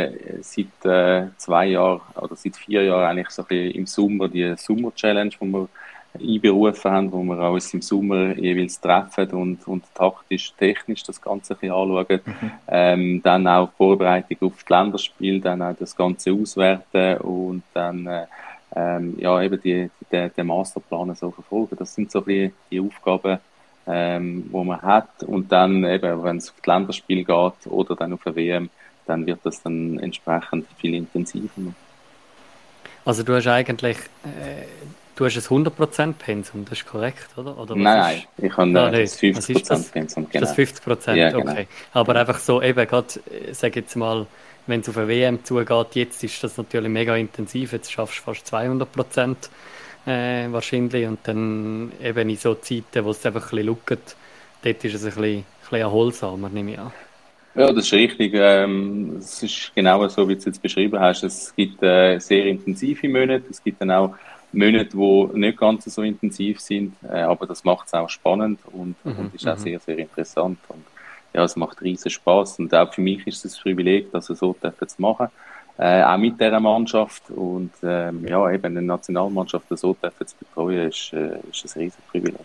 seit 2 Jahren oder seit 4 Jahren eigentlich so ein bisschen im Sommer die Sommer-Challenge, die wir einberufen haben, wo wir uns im Sommer jeweils treffen und taktisch, technisch das Ganze ein bisschen anschauen. Dann auch Vorbereitung auf die Länderspiele, dann auch das Ganze auswerten und dann ja, eben den Masterplan so verfolgen. Das sind so ein bisschen die Aufgaben, die man hat. Und dann eben, wenn es auf die Länderspiele geht oder dann auf eine WM, dann wird das dann entsprechend viel intensiver. Also du hast eigentlich du hast ein 100% Pensum, das ist korrekt, oder? Nein, ich habe das 50% Pensum. Genau. Das 50%, ja, genau. Okay. Aber einfach so eben gerade, sag jetzt mal, wenn es auf eine WM zugeht, jetzt ist das natürlich mega intensiv, jetzt schaffst du fast 200% wahrscheinlich und dann eben in so Zeiten, wo es einfach ein bisschen luckert, dort ist es ein bisschen erholsamer, nehme ich an. Ja, das ist richtig. Es ist genau so, wie du es jetzt beschrieben hast. Es gibt sehr intensive Monate, es gibt dann auch Monate, die nicht ganz so intensiv sind, aber das macht es auch spannend und ist auch sehr, sehr interessant. Und ja, es macht riesen Spaß und auch für mich ist es ein Privileg, das so zu machen. Auch mit dieser Mannschaft und ja, eben eine Nationalmannschaft so zu betreuen, ist ein riesen Privileg.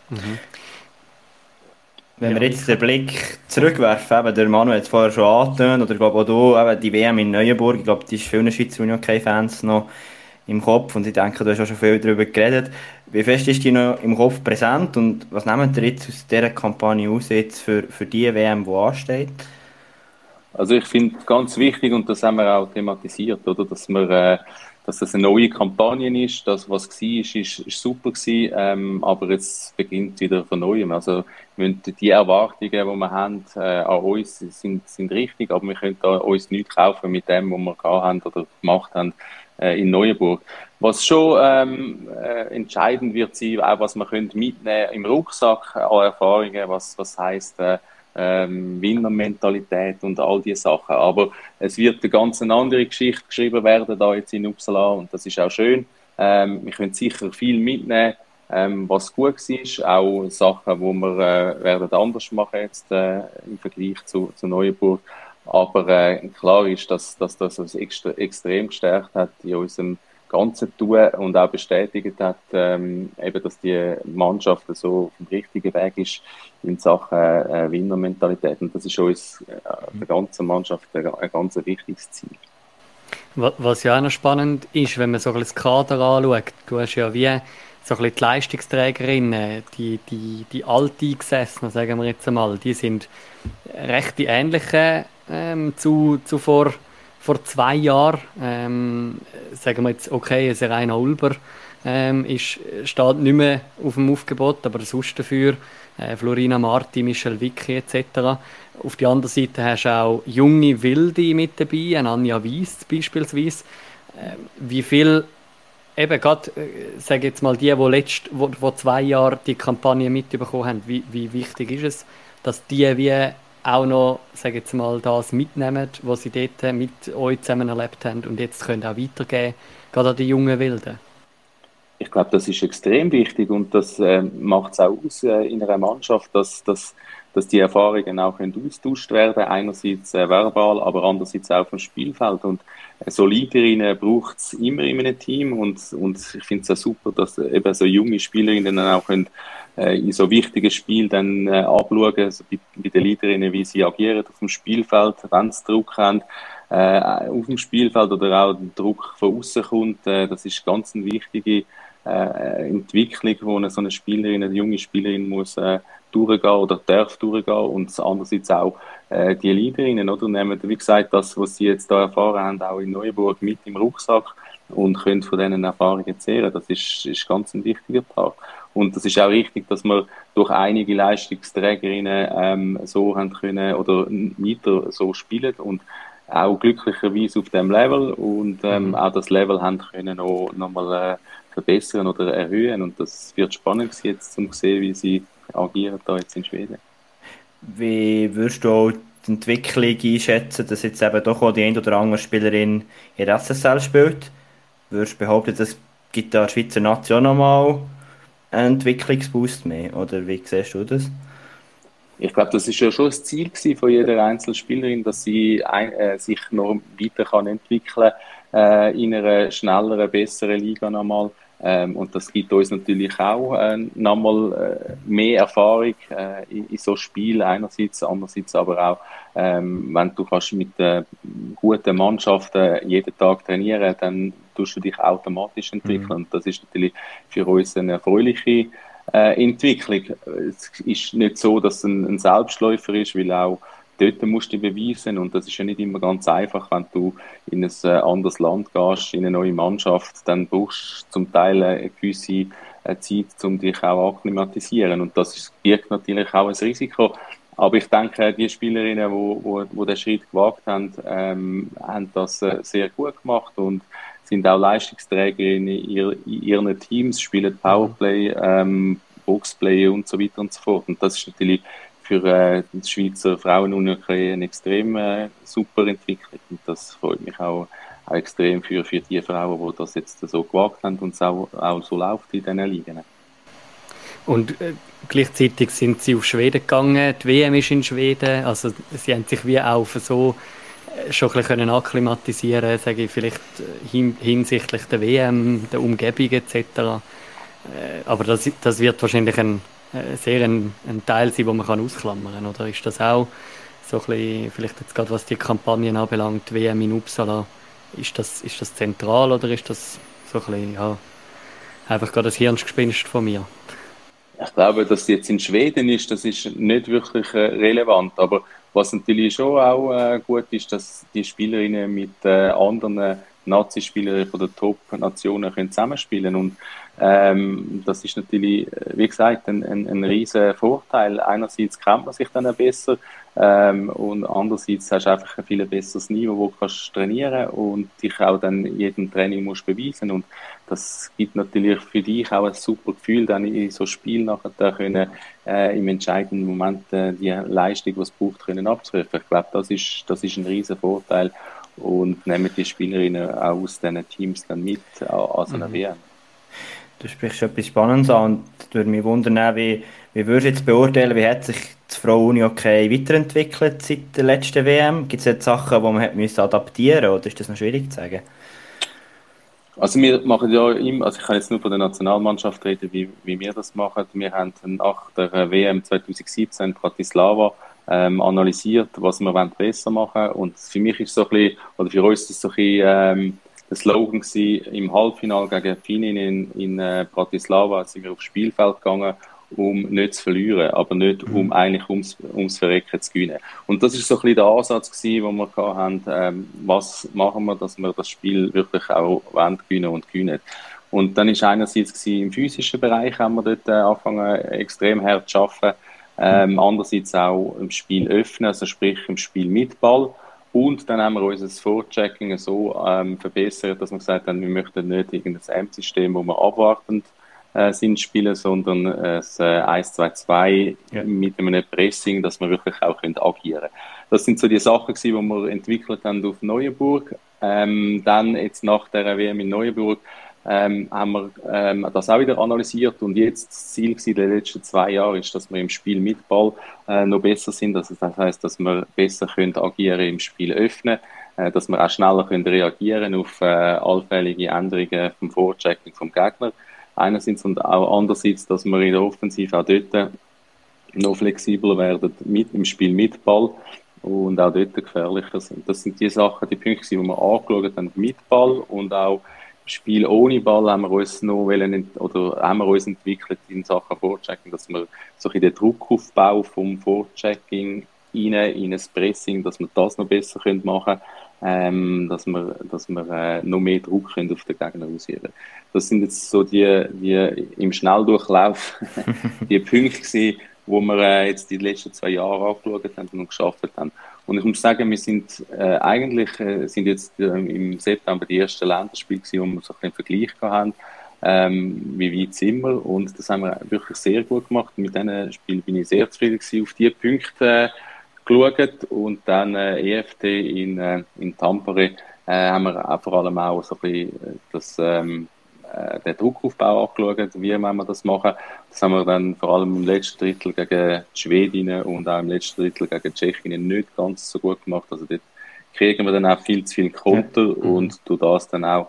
Wenn wir jetzt den Blick zurückwerfen, eben, der Manu hat es vorher schon angetönt, oder ich glaube auch du, eben die WM in Neuenburg, ich glaube, die ist vielen Schweizer Unihockey-Fans noch im Kopf und ich denke, du hast auch schon viel darüber geredet. Wie fest ist die noch im Kopf präsent und was nehmen wir jetzt aus dieser Kampagne aus jetzt für die WM, die ansteht? Also ich finde ganz wichtig, und das haben wir auch thematisiert, oder, dass das eine neue Kampagne ist. Das, was war, ist super gewesen, aber jetzt beginnt wieder von Neuem. Also die Erwartungen, die wir haben an uns, sind richtig, aber wir können uns nichts kaufen mit dem, was wir gehabt haben oder gemacht haben in Neuenburg. Was schon entscheidend wird sein, auch was wir mitnehmen können im Rucksack an Erfahrungen, was heisst Winnermentalität und all diese Sachen. Aber es wird eine ganz andere Geschichte geschrieben werden da jetzt in Uppsala und das ist auch schön. Wir können sicher viel mitnehmen, was gut war, auch Sachen, die wir werden anders machen jetzt im Vergleich zu Neuenburg. Aber klar ist, dass das uns extrem gestärkt hat in unserem ganzen Tun und auch bestätigt hat, eben, dass die Mannschaft so auf dem richtigen Weg ist in Sachen Winnermentalität. Und das ist uns, der ganzen Mannschaft, ein ganz wichtiges Ziel. Was ja auch noch spannend ist, wenn man so ein bisschen das Kader anschaut, du hast ja wie so ein bisschen die Leistungsträgerinnen, die Alteingesessenen, sagen wir jetzt einmal, die sind recht die ähnlichen zu vor 2 Jahren. Sagen wir jetzt, okay, Serena Ulber steht nicht mehr auf dem Aufgebot, aber sonst dafür Florina Marti, Michelle Wicki etc. Auf der anderen Seite hast du auch junge Wilde mit dabei, eine Anja Weiss beispielsweise. Wie viel, eben gerade, sage jetzt mal, die vor 2 Jahren die Kampagne mitbekommen haben, wie wichtig ist es, dass die wie auch noch, sage jetzt mal, das mitnehmen, was sie dort mit euch zusammen erlebt haben und jetzt können auch weitergeben, gerade an die jungen Wilden? Ich glaube, das ist extrem wichtig und das macht es auch aus in einer Mannschaft, dass die Erfahrungen auch austauscht werden können. Einerseits verbal, aber andererseits auch auf dem Spielfeld. Und so Leaderinnen braucht es immer in einem Team und ich finde es auch super, dass eben so junge Spielerinnen dann auch können, in so wichtigen Spielen dann abschauen, also bei den Leaderinnen, wie sie agieren auf dem Spielfeld, wenn sie Druck haben auf dem Spielfeld oder auch der Druck von außen kommt. Das ist ganz eine wichtige Entwicklung, wo so eine Spielerin, eine junge Spielerin muss durchgehen oder darf durchgehen und andererseits auch die Leaderinnen, oder, nehmen, wie gesagt, das, was sie jetzt da erfahren haben, auch in Neuenburg mit im Rucksack und können von diesen Erfahrungen zehren. Das ist ganz ein wichtiger Part. Und das ist auch richtig, dass wir durch einige Leistungsträgerinnen so haben können oder weiter so spielen und auch glücklicherweise auf dem Level und auch das Level haben können noch mal verbessern oder erhöhen und das wird spannend sein, jetzt zu sehen, wie sie agieren da jetzt in Schweden. Wie würdest du auch die Entwicklung einschätzen, dass jetzt eben doch auch die ein oder andere Spielerin in der SSL spielt? Würdest du behaupten, das gibt der Schweizer Nation nochmal einen Entwicklungsboost mehr? Oder wie siehst du das? Ich glaube, das ist ja schon das Ziel von jeder einzelnen Spielerin, dass sie sich noch weiter kann entwickeln in einer schnelleren, besseren Liga nochmal. Und das gibt uns natürlich auch nochmal mehr Erfahrung in so Spielen einerseits, andererseits aber auch, wenn du kannst mit guten Mannschaften jeden Tag trainieren, dann tust du dich automatisch entwickeln. Und das ist natürlich für uns eine erfreuliche Entwicklung. Es ist nicht so, dass es ein Selbstläufer ist, weil auch dort musst du dich beweisen und das ist ja nicht immer ganz einfach, wenn du in ein anderes Land gehst, in eine neue Mannschaft, dann brauchst du zum Teil eine gewisse Zeit, um dich auch akklimatisieren und das birgt natürlich auch ein Risiko. Aber ich denke, die Spielerinnen, die den Schritt gewagt haben, haben das sehr gut gemacht und sind auch Leistungsträger in ihren Teams, spielen Powerplay, Boxplay und so weiter und so fort. Und das ist natürlich für die Schweizer Frauen-Unihockey eine extrem super Entwicklung. Und das freut mich auch extrem für die Frauen, die das jetzt so gewagt haben und es auch so läuft in diesen Ligen. Und gleichzeitig sind sie auf Schweden gegangen, die WM ist in Schweden, also sie haben sich wie auch so schon ein bisschen akklimatisieren, sage ich, vielleicht hinsichtlich der WM, der Umgebung etc. Aber das wird wahrscheinlich ein Teil sein, den man ausklammern kann, oder ist das auch so ein bisschen, vielleicht jetzt gerade was die Kampagnen anbelangt, WM in Uppsala, ist das zentral oder ist das so ein bisschen, ja, einfach gerade das Hirngespinst von mir? Ich glaube, dass jetzt in Schweden ist, das ist nicht wirklich relevant, aber was natürlich schon auch gut ist, dass die Spielerinnen mit anderen Nazi-Spielern von der Top-Nationen können zusammenspielen und das ist natürlich, wie gesagt, ein riesen Vorteil. Einerseits kennt man sich dann auch besser und andererseits hast du einfach ein viel besseres Niveau, wo du kannst trainieren und dich auch dann in jedem Training musst beweisen und das gibt natürlich für dich auch ein super Gefühl, dann in so Spiel nachher können im entscheidenden Moment die Leistung, die es braucht, können abzurufen. Ich glaube, das ist ein riesen Vorteil und nehmen die Spielerinnen auch aus diesen Teams dann mit an so einer WM. Du sprichst etwas Spannendes an und würde mich wundern, wie würdest du jetzt beurteilen, wie hat sich die Frauen-Unihockey weiterentwickelt seit der letzten WM? Gibt es jetzt Sachen, die man adaptieren musste oder ist das noch schwierig zu sagen? Also wir machen ja immer, also ich kann jetzt nur von der Nationalmannschaft reden, wie wir das machen. Wir haben nach der WM 2017 in Bratislava analysiert, was wir besser machen wollen. Und für mich ist so ein bisschen, oder für uns ist es so ein bisschen der Slogan gewesen, im Halbfinale gegen Finin in Bratislava sind wir aufs Spielfeld gegangen, um nicht zu verlieren, aber nicht um eigentlich ums Verrecken zu gewinnen. Und das ist so ein bisschen der Ansatz gewesen, den wir hatten, was machen wir, dass wir das Spiel wirklich auch gewinnen und gewinnen. Und dann ist einerseits gewesen, im physischen Bereich haben wir dort angefangen, extrem hart zu arbeiten, andererseits auch im Spiel öffnen, also sprich im Spiel mit Ball. Und dann haben wir unser Vorchecking so verbessert, dass wir gesagt haben, wir möchten nicht irgendein M-System, wo wir abwartend sind spielen, sondern das 1-2-2 mit einem Pressing, dass wir wirklich auch agieren können. Das sind so die Sachen gewesen, die wir entwickelt haben auf Neuenburg. Dann jetzt nach der WM in Neuenburg haben wir das auch wieder analysiert und jetzt das Ziel in den letzten 2 Jahren ist, dass wir im Spiel mit Ball noch besser sind. Also das heißt, dass wir besser können agieren im Spiel öffnen, dass wir auch schneller können reagieren auf allfällige Änderungen vom Vorchecking vom Gegner. Einerseits und auch andererseits, dass wir in der Offensive auch dort noch flexibler werden im Spiel mit Ball und auch dort gefährlicher sind. Das sind die Sachen, die Punkte, die wir angeschaut haben mit Ball und auch Spiel ohne Ball haben wir uns noch haben wir uns entwickelt in Sachen Vorchecking, dass wir so ein den Druckaufbau vom Vorchecking in ein Pressing, dass wir das noch besser machen können, dass wir noch mehr Druck können auf den Gegner ausüben. Das sind jetzt so die im Schnelldurchlauf die Punkte gewesen, wo wir jetzt die letzten 2 Jahre angeschaut haben und geschafft haben. Und ich muss sagen, wir sind sind jetzt im September die ersten Länderspiele gewesen, wo wir so ein bisschen Vergleich hatten, wie weit sind wir. Und das haben wir wirklich sehr gut gemacht. Mit diesen Spielen bin ich sehr zufrieden gewesen, auf diese Punkte geschaut. Und dann EFT in Tampere haben wir vor allem auch so ein bisschen den Druckaufbau angeschaut, wie wir das machen. Das haben wir dann vor allem im letzten Drittel gegen die Schwedinnen und auch im letzten Drittel gegen die Tschechinnen nicht ganz so gut gemacht. Also dort kriegen wir dann auch viel zu viel Konter und durch das dann auch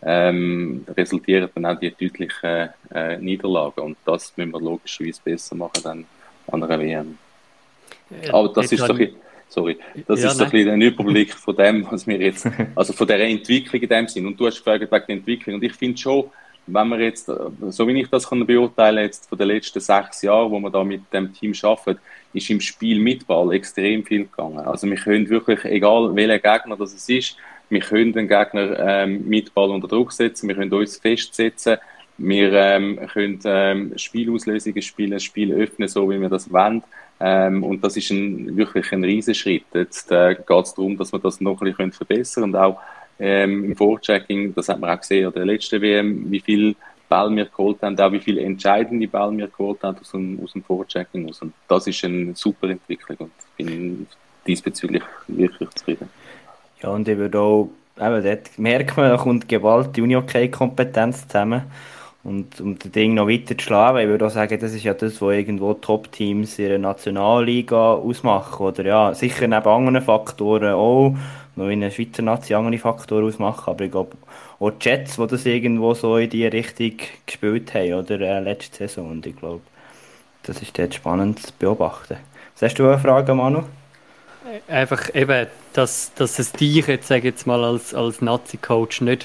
resultieren dann auch die deutlichen Niederlagen. Und das müssen wir logischerweise besser machen dann an einer WM. Aber das ist so ein bisschen, das ist so ein bisschen ein Überblick von dem, was wir jetzt, also von der Entwicklung in dem Sinn. Und du hast gefragt wegen der Entwicklung. Und ich finde schon, wenn wir jetzt, so wie ich das kann beurteilen jetzt von den letzten 6 Jahren, wo wir da mit dem Team arbeiten, ist im Spiel mit Ball extrem viel gegangen. Also wir können wirklich, egal welcher Gegner das ist, wir können den Gegner mit Ball unter Druck setzen, wir können uns festsetzen, wir können Spielauslösungen spielen, das Spiel öffnen, so wie wir das wollen. Und das ist wirklich ein Riesenschritt. Jetzt geht es darum, dass wir das noch ein bisschen verbessern und auch im Vorchecking, das hat man auch gesehen an der letzten WM, wie viel Ball wir geholt haben, auch wie viele entscheidende Ball wir geholt haben aus dem Vorchecking aus. Und das ist eine super Entwicklung und ich bin diesbezüglich wirklich zufrieden. Ja, und ich würde auch, eben dort merkt man, da kommt Gewalt, die Uni-Hockey-Kompetenz zusammen. Und um das Ding noch weiter zu schlagen, ich würde auch sagen, das ist ja das, was irgendwo Top-Teams in der Nationalliga ausmachen. Oder ja, sicher neben anderen Faktoren auch, noch in der Schweizer Nazi andere Faktoren ausmachen. Aber ich glaube, auch die Jets, die das irgendwo so in die Richtung gespielt haben, oder letzte Saison. Und ich glaube, das ist dort spannend zu beobachten. Was hast du eine Frage, Manu? Einfach eben, dass es dich jetzt, sage ich jetzt mal, als Nazi-Coach nicht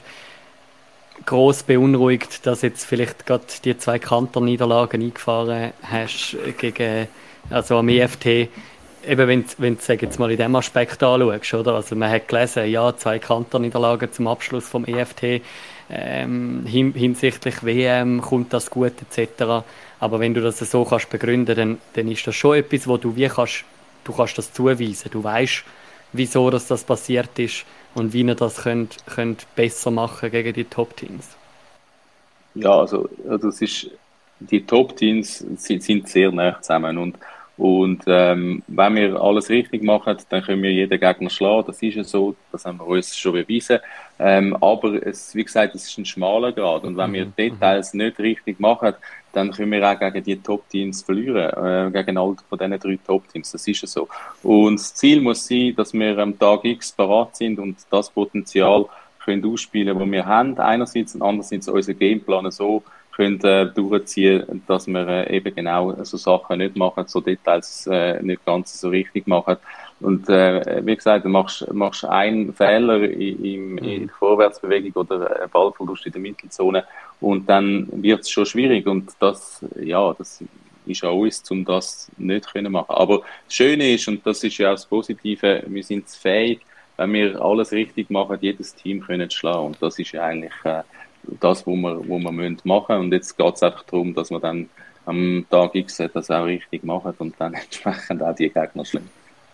gross beunruhigt, dass jetzt vielleicht gerade die 2 Kanter-Niederlagen eingefahren hast also am EFT. Eben wenn du, sag jetzt mal, in diesem Aspekt anschaust, oder? Also man hat gelesen, ja, 2 Kanter-Niederlagen zum Abschluss vom EFT, hinsichtlich WM kommt das gut, etc. Aber wenn du das so kannst begründen, dann ist das schon etwas, wo du kannst das zuweisen. Du weißt, wieso das passiert ist und wie ihr das könnt besser machen gegen die Top-Teams. Ja, also das ist, die Top-Teams sind sehr nah zusammen und wenn wir alles richtig machen, dann können wir jeden Gegner schlagen, das ist ja so, das haben wir uns schon bewiesen, aber wie gesagt, es ist ein schmaler Grad und wenn wir Details nicht richtig machen, dann können wir auch gegen die Top-Teams verlieren, gegen alle von diesen 3 Top-Teams, das ist ja so. Und das Ziel muss sein, dass wir am Tag X parat sind und das Potenzial können ausspielen, das wir haben, einerseits und andererseits unseren Gameplan so können durchziehen, dass wir eben genau so Sachen nicht machen, so Details nicht ganz so richtig machen. Und wie gesagt, du machst einen Fehler in der Vorwärtsbewegung oder einen Ballverlust in der Mittelzone und dann wird es schon schwierig und das ist an uns, um das nicht zu machen. Aber das Schöne ist, und das ist ja auch das Positive, wir sind fähig, wenn wir alles richtig machen, jedes Team können schlagen. Und das ist ja eigentlich das, was wir machen müssen. Und jetzt geht es einfach darum, dass wir dann am Tag X das auch richtig machen und dann entsprechend auch die Gegner schlagen.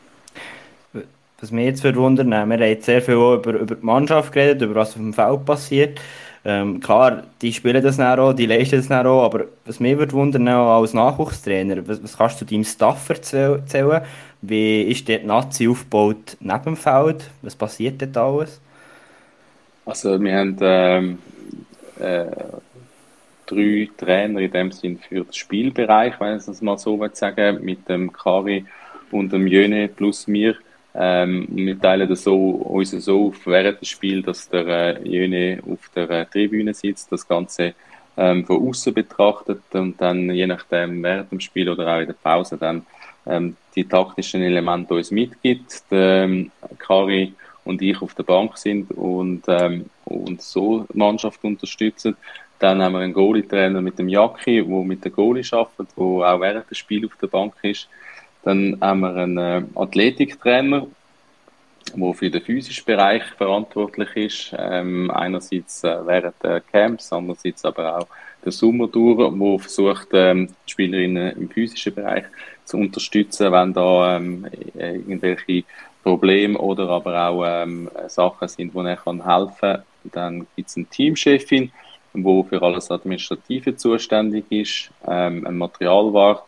Was mich jetzt verwundert, wir haben jetzt sehr viel über die Mannschaft geredet, über was auf dem Feld passiert. Klar, die spielen das dann auch, die leisten das dann auch, aber was mich verwundert auch als Nachwuchstrainer, was kannst du deinem Staff erzählen? Wie ist dort die Nazi aufgebaut neben dem Feld? Was passiert dort alles? Also wir haben 3 Trainer in dem Sinn für den Spielbereich, wenn ich das mal so sagen, mit dem Kari und dem Jöne plus mir. Wir teilen das uns so auf während des Spiels, dass der Jöne auf der Tribüne sitzt, das Ganze von außen betrachtet und dann je nachdem während dem Spiel oder auch in der Pause dann die taktischen Elemente uns mitgibt. Kari und ich auf der Bank sind und so die Mannschaft unterstützen. Dann haben wir einen Goalie-Trainer mit dem Jacki, der mit dem Goalie arbeitet, der auch während des Spiels auf der Bank ist. Dann haben wir einen Athletiktrainer, der für den physischen Bereich verantwortlich ist. Einerseits während der Camps, andererseits aber auch der Sommertour, wo versucht, die Spielerinnen im physischen Bereich zu unterstützen, wenn da irgendwelche Probleme oder aber auch Sachen sind, die er helfen kann. Dann gibt es eine Teamchefin, die für alles Administrative zuständig ist, ein Materialwart,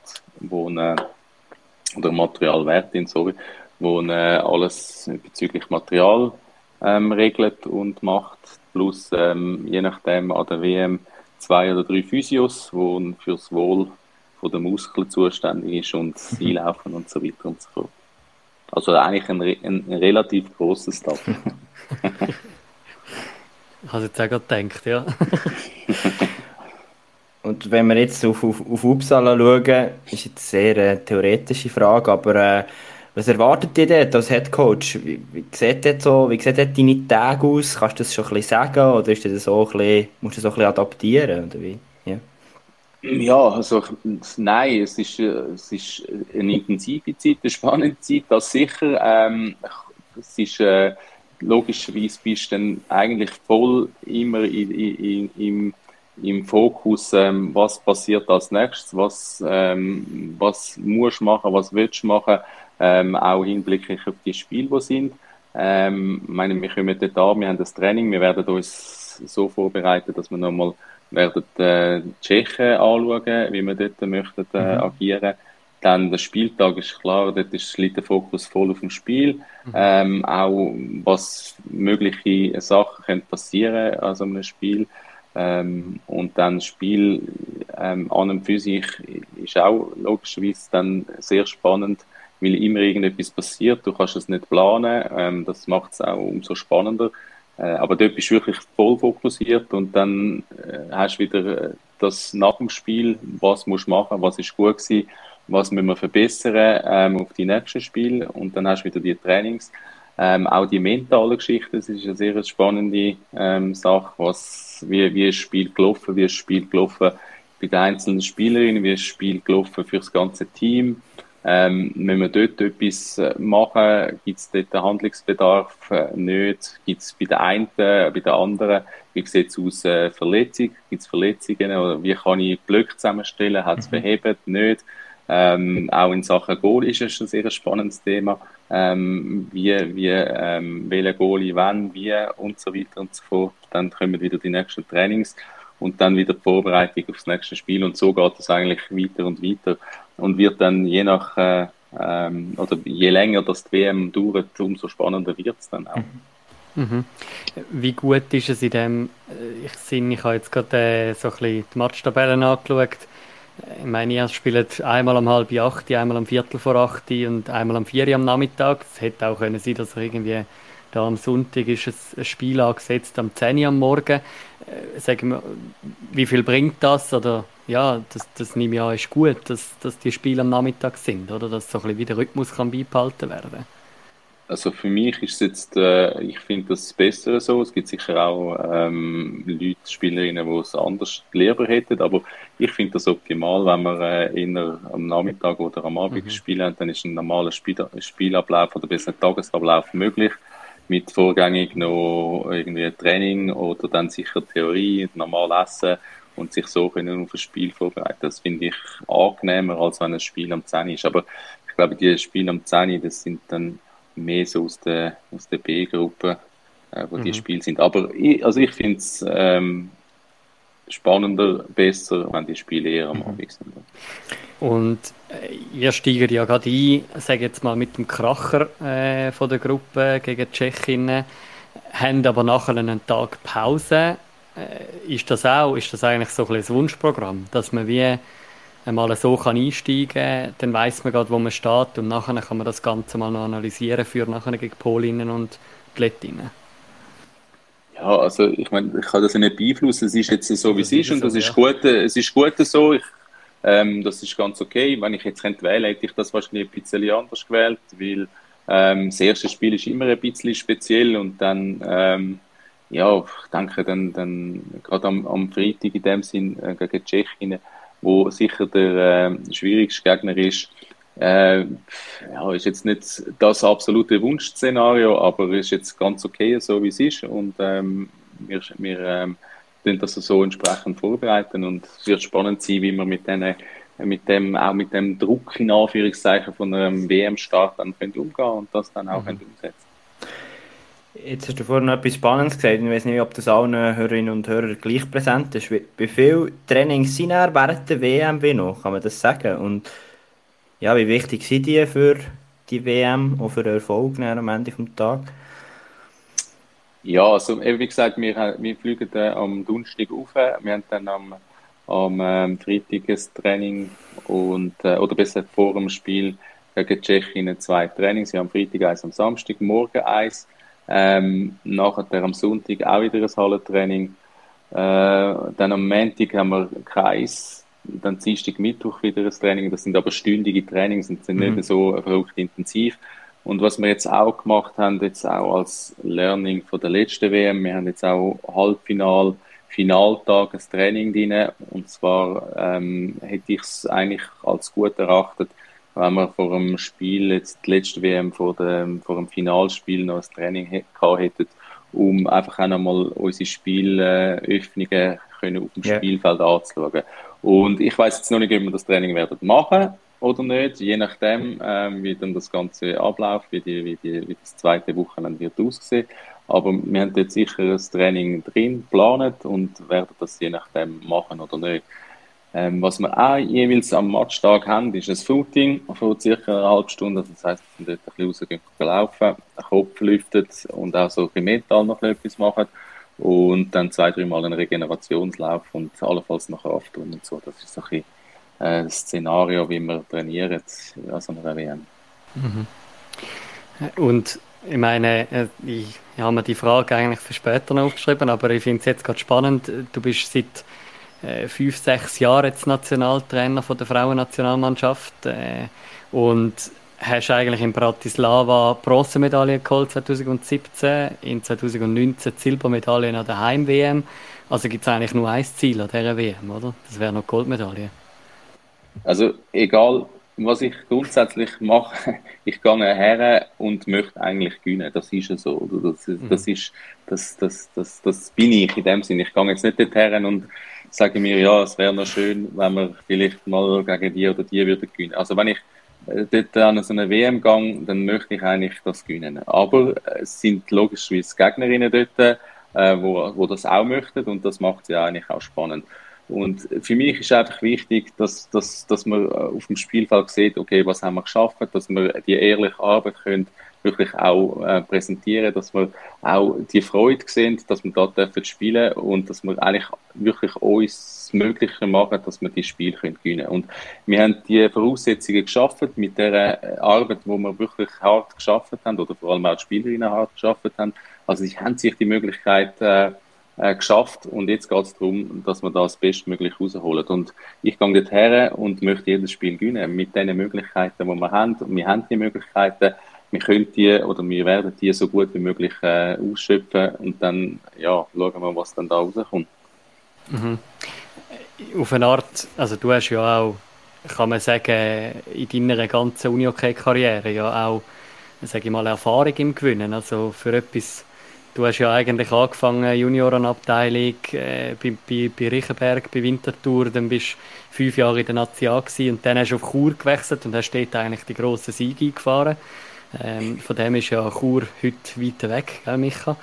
oder Materialwärtin, sorry, wo alles bezüglich Material regelt und macht, plus je nachdem an der WM 2 oder 3 Physios, wo fürs Wohl von den Muskeln zuständig ist und das Einlaufen und so weiter und so fort. Also eigentlich ein relativ grosses Staff. Ich habe jetzt auch gerade gedacht, ja. Und wenn wir jetzt auf Uppsala schauen, ist jetzt eine sehr theoretische Frage, aber was erwartet ihr dort als Headcoach? Wie sieht dort deine Tage aus? Kannst du das schon ein bisschen sagen oder ist das so ein bisschen, musst du das so ein bisschen adaptieren? Oder wie? Ja. Ja, also nein, es ist eine intensive Zeit, eine spannende Zeit, das sicher. Es ist logischerweise bist du dann eigentlich voll immer im Fokus, was passiert als nächstes, was musst du machen, was willst du machen, auch hinblicklich auf die Spiele, die sind. Ich meine, wir kommen dort an, wir haben das Training, wir werden uns so vorbereiten, dass wir nochmal werden Tschechen anschauen, wie wir dort möchten agieren. Dann der Spieltag ist klar, dort liegt der Fokus voll auf dem Spiel. Auch was mögliche Sachen können passieren an so einem Spiel. Und dann das Spiel an und für sich ist auch logischerweise dann sehr spannend, weil immer irgendetwas passiert. Du kannst es nicht planen. Das macht es auch umso spannender. Aber dort bist du wirklich voll fokussiert und dann hast du wieder das nach dem Spiel, was musst du machen, was ist gut gewesen, was müssen wir verbessern auf die nächsten Spiele und dann hast du wieder die Trainings. Auch die mentale Geschichte, das ist eine sehr spannende Sache, wie ist das Spiel gelaufen, wie ist das Spiel gelaufen bei den einzelnen Spielerinnen, wie ist das Spiel gelaufen für das ganze Team. Wenn wir dort etwas machen, gibt es dort einen Handlungsbedarf nicht? Gibt es bei den einen, bei den anderen? Wie sieht es aus Verletzung? Gibt es Verletzungen? Oder wie kann ich Blöcke zusammenstellen? Hat es verhebt? Nicht? Auch in Sachen Goal ist es ein sehr spannendes Thema. Welcher Goalie, wann, wie und so weiter und so fort. Dann kommen wieder die nächsten Trainings und dann wieder die Vorbereitung aufs nächste Spiel und so geht es eigentlich weiter und weiter und wird dann je nach oder je länger das die WM dauert, umso spannender wird es dann auch. Mhm. Wie gut ist es in dem ich habe jetzt gerade so ein bisschen die Matchtabellen angeschaut. Ich meine, ihr spielt einmal um 7:30, einmal um 7:45 und einmal um 4 am Nachmittag. Es hätte auch können sein, dass irgendwie da am Sonntag ist ein Spiel angesetzt am 10 am Morgen. Sagen wir, wie viel bringt das? Oder ja, das nehme ich an, ist gut, dass die Spiele am Nachmittag sind, oder? Dass so ein bisschen wie der Rhythmus kann beibehalten werden. Also für mich ist es jetzt, ich finde das Bessere so. Es gibt sicher auch Leute, Spielerinnen, die es anders lieber hätten, aber ich finde das optimal, wenn wir eher am Nachmittag oder am Abend spielen, dann ist ein normaler Spielablauf oder besser ein Tagesablauf möglich, mit vorgängig noch irgendwie Training oder dann sicher Theorie, normal essen und sich so können auf ein Spiel vorbereiten. Das finde ich angenehmer, als wenn ein Spiel am 10 ist. Aber ich glaube, die Spiele am 10, das sind dann mehr so aus der B-Gruppe, wo die Spiele sind. Aber ich finde es spannender, besser, wenn die Spiele eher am Abend sind. Und ihr steigt ja gerade ein, sage jetzt mal mit dem Kracher von der Gruppe gegen die Tschechinnen, haben aber nachher einen Tag Pause. ist das eigentlich so ein bisschen das Wunschprogramm, dass man wie einmal so kann einsteigen kann, dann weiss man gerade, wo man steht und nachher kann man das Ganze mal noch analysieren für nachher gegen Polinnen und die Lettinnen. Ja, also ich meine, ich kann das ja nicht beeinflussen, es ist jetzt so, wie es ist, und so, das ist gut, es ist gut so, das ist ganz okay. Wenn ich jetzt könnte wählen, hätte ich das wahrscheinlich ein bisschen anders gewählt, weil das erste Spiel ist immer ein bisschen speziell und dann, ja, ich denke, dann gerade am Freitag in dem Sinn gegen Tschechien, wo sicher der schwierigste Gegner ist, ja, ist jetzt nicht das absolute Wunschszenario, aber ist jetzt ganz okay, so wie es ist. Und wir tun das so entsprechend vorbereiten. Und es wird spannend sein, wie wir mit dem Druck in Anführungszeichen von einem WM-Start dann umgehen und das dann auch umsetzen. Jetzt hast du vorhin noch etwas Spannendes gesagt. Ich weiß nicht, ob das allen Hörerinnen und Hörern gleich präsent ist. Wie viele Trainings sind während der WM noch? Kann man das sagen? Und ja, wie wichtig sind die für die WM und für den Erfolg am Ende des Tages? Ja, also wie gesagt, wir fliegen am Donnerstag rauf. Wir haben dann am Freitag ein Training oder besser vor dem Spiel gegen Tschechien 2 Trainings. Wir haben am Freitag eins, am Samstagmorgen eins. Nachher am Sonntag auch wieder ein Hallentraining. Dann am Montag haben wir keins. Dann Dienstag, Mittwoch wieder ein Training. Das sind aber stündige Trainings und sind nicht so verrückt intensiv. Und was wir jetzt auch gemacht haben, jetzt auch als Learning von der letzten WM, wir haben jetzt auch Halbfinal, Finaltag ein Training drin. Und zwar hätte ich es eigentlich als gut erachtet, wenn wir vor dem Spiel, jetzt die letzte WM, vor dem Finalspiel noch ein Training gehabt hätten, um einfach auch nochmal unsere Spielöffnungen auf dem Spielfeld anzuschauen. Und ich weiss jetzt noch nicht, ob wir das Training werden machen oder nicht, je nachdem, wie dann das Ganze abläuft, wie das zweite Wochenende wird aussehen. Aber wir haben jetzt sicher ein Training drin geplant und werden das je nachdem machen oder nicht. Was wir auch jeweils am Matchtag haben, ist ein Footing von circa einer halben Stunde. Also das heisst, wir dort ein bisschen rausgehen, laufen, den Kopf lüftet und auch so ein bisschen mental noch etwas machen. Und dann 2-3 Mal einen Regenerationslauf und allenfalls noch Krafttraining und so. Das ist so ein bisschen das Szenario, wie wir trainieren an so einer WM. Und ich meine, ich habe mir die Frage eigentlich für später noch aufgeschrieben, aber ich finde es jetzt gerade spannend. Du bist seit 5-6 Jahren jetzt Nationaltrainer von der Frauennationalmannschaft und hast eigentlich in Bratislava Bronzemedaille geholt 2017, in 2019 die Silbermedaille an der Heim-WM. Also gibt es eigentlich nur ein Ziel an dieser WM, oder? Das wäre noch die Goldmedaille. Also egal, was ich grundsätzlich mache, ich gehe her und möchte eigentlich gewinnen. Das ist ja so. Das bin ich in dem Sinne. Ich gehe jetzt nicht dorthin und sage mir, ja, es wäre noch schön, wenn wir vielleicht mal gegen die oder die würden gewinnen. Also wenn ich dort an so eine WM gehe, dann möchte ich eigentlich das gewinnen. Aber es sind logischerweise Gegnerinnen dort, wo das auch möchten und das macht sie eigentlich auch spannend. Und für mich ist einfach wichtig, dass man auf dem Spielfeld sieht, okay, was haben wir geschafft, dass wir die ehrliche Arbeit können wirklich auch präsentieren, dass wir auch die Freude sehen, dass wir dort spielen dürfen und dass wir eigentlich wirklich uns das Mögliche machen, dass wir die Spiele gewinnen können. Und wir haben die Voraussetzungen geschaffen mit der Arbeit, wo wir wirklich hart geschafft haben oder vor allem auch die Spielerinnen hart geschafft haben. Also sie haben sich die Möglichkeit geschafft und jetzt geht es darum, dass wir das bestmöglich rausholen. Und ich gehe dort her und möchte jedes Spiel gewinnen mit den Möglichkeiten, die wir haben. Und wir haben die Möglichkeiten, wir können die oder wir werden die so gut wie möglich ausschöpfen und dann ja, schauen wir, was dann da rauskommt. Auf eine Art, also du hast ja auch, kann man sagen, in deiner ganzen Uni-Hockey-Karriere ja auch, sage ich mal, Erfahrung im Gewinnen. Also für etwas, du hast ja eigentlich angefangen, Juniorenabteilung bei Riechenberg, bei Winterthur, dann bist du 5 Jahre in der Nazi A gewesen und dann hast du auf Chur gewechselt und hast dort eigentlich die grossen Siege eingefahren. Von dem ist ja Chur heute weiter weg, gell, Micha?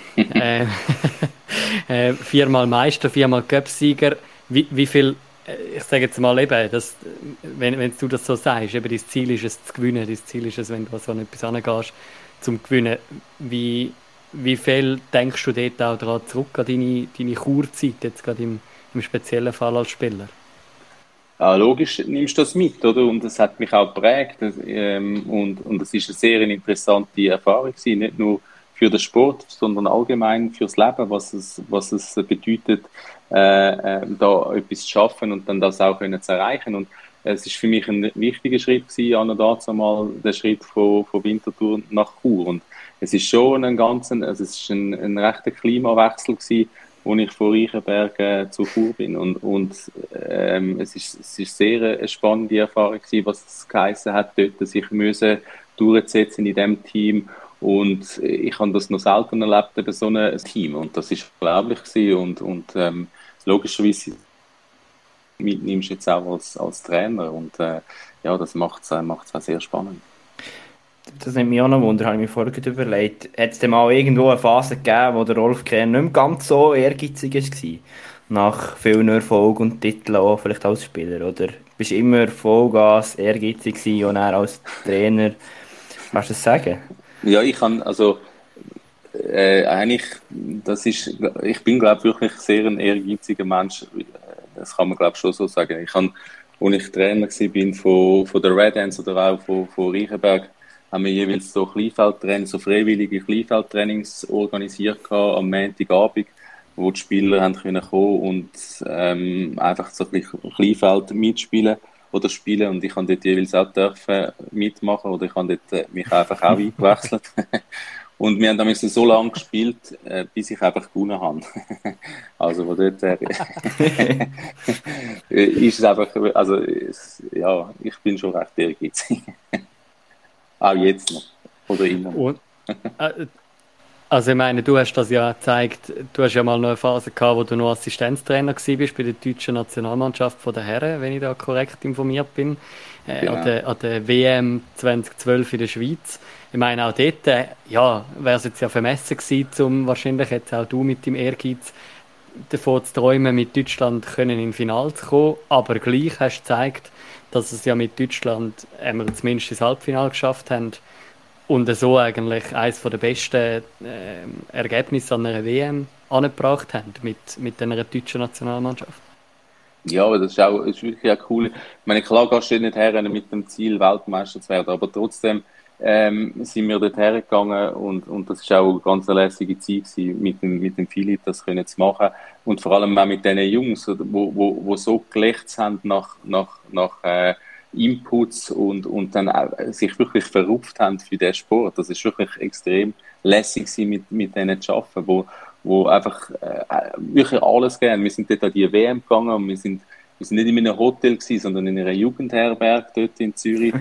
4-mal Meister, 4-mal Cup-Sieger. Wie viel, ich sage jetzt mal eben, dass, wenn du das so sagst, eben dein Ziel ist es zu gewinnen, dein Ziel ist es, wenn du an so etwas angehst, zum Gewinnen. Wie wie viel denkst du dort auch daran zurück, an deine Kurzeit, jetzt gerade im speziellen Fall als Spieler? Ja, logisch nimmst du das mit, oder? Und das hat mich auch geprägt. Und es ist eine sehr interessante Erfahrung gewesen, nicht nur für den Sport, sondern allgemein fürs Leben, was es bedeutet, da etwas zu schaffen und dann das auch können zu erreichen. Und es ist für mich ein wichtiger Schritt gewesen, an und dazu mal der Schritt von Winterthur nach Chur. Und es ist schon also es ist ein rechter Klimawechsel gewesen, als ich von Reichenberg zu Chur bin. Es ist sehr eine spannende Erfahrung gewesen, was es geheißen hat, dort sich müssen durchzusetzen in diesem Team. Und ich habe das noch selten erlebt, eben so ein Team. Und das ist unglaublich gewesen. Logischerweise mitnimmst du jetzt auch als Trainer. Und ja, das macht es auch sehr spannend. Das nimmt mich auch noch Wunder, habe ich mir vorher überlegt. Hat es denn mal irgendwo eine Phase gegeben, wo der Rolf Kern nicht mehr ganz so ehrgeizig war? Nach vielen Erfolgen und Titeln auch, vielleicht als Spieler? Oder bist du immer Vollgas ehrgeizig gewesen und er als Trainer? Kannst du das sagen? Ja, ich kann, also eigentlich, ich bin, glaube ich, wirklich sehr ein ehrgeiziger Mensch. Das kann man, glaube ich, schon so sagen. Als ich Trainer war von der Red Ants oder auch von Reichenberg, haben wir jeweils so Kleinfeldtraining, so freiwillige Kleinfeldtrainings organisiert gehabt, am Montagabend, wo die Spieler haben können kommen und einfach so ein bisschen Kleinfeld mitspielen oder spielen, und ich habe dort jeweils auch dürfen mitmachen, oder ich habe dort mich einfach auch eingewechselt. Und wir haben damals so lange gespielt, bis ich einfach gewonnen habe. Also von dort her ist es einfach, ja, ich bin schon recht ehrgeizig. Auch jetzt noch. Oder immer noch. Also ich meine, du hast das ja gezeigt, du hast ja mal noch eine Phase gehabt, wo du noch Assistenztrainer warst bei der deutschen Nationalmannschaft von der Herren, wenn ich da korrekt informiert bin, genau. an der WM 2012 in der Schweiz. Ich meine, auch dort, ja, wäre es jetzt ja vermessen gewesen, wahrscheinlich jetzt auch du mit dem Ehrgeiz davon zu träumen, mit Deutschland können in Finale zu kommen, aber gleich hast du gezeigt, dass es ja mit Deutschland zumindest ins Halbfinale geschafft haben und so eigentlich eines der besten Ergebnisse an einer WM angebracht haben mit einer deutschen Nationalmannschaft. Ja, aber das ist wirklich auch cool. Ich meine, klar gehst du nicht her mit dem Ziel, Weltmeister zu werden, aber trotzdem sind wir dort hergegangen und das war auch eine ganz lässige Zeit gewesen, mit dem Philipp das können zu machen, und vor allem auch mit diesen Jungs, wo so gelächzt haben nach Inputs und dann auch sich wirklich verrupft haben für den Sport. Das ist wirklich extrem lässig gewesen, mit denen zu arbeiten, wo einfach wirklich alles gern. Wir sind dort an die WM gegangen und wir sind nicht in einem Hotel gewesen, sondern in einer Jugendherberge dort in Zürich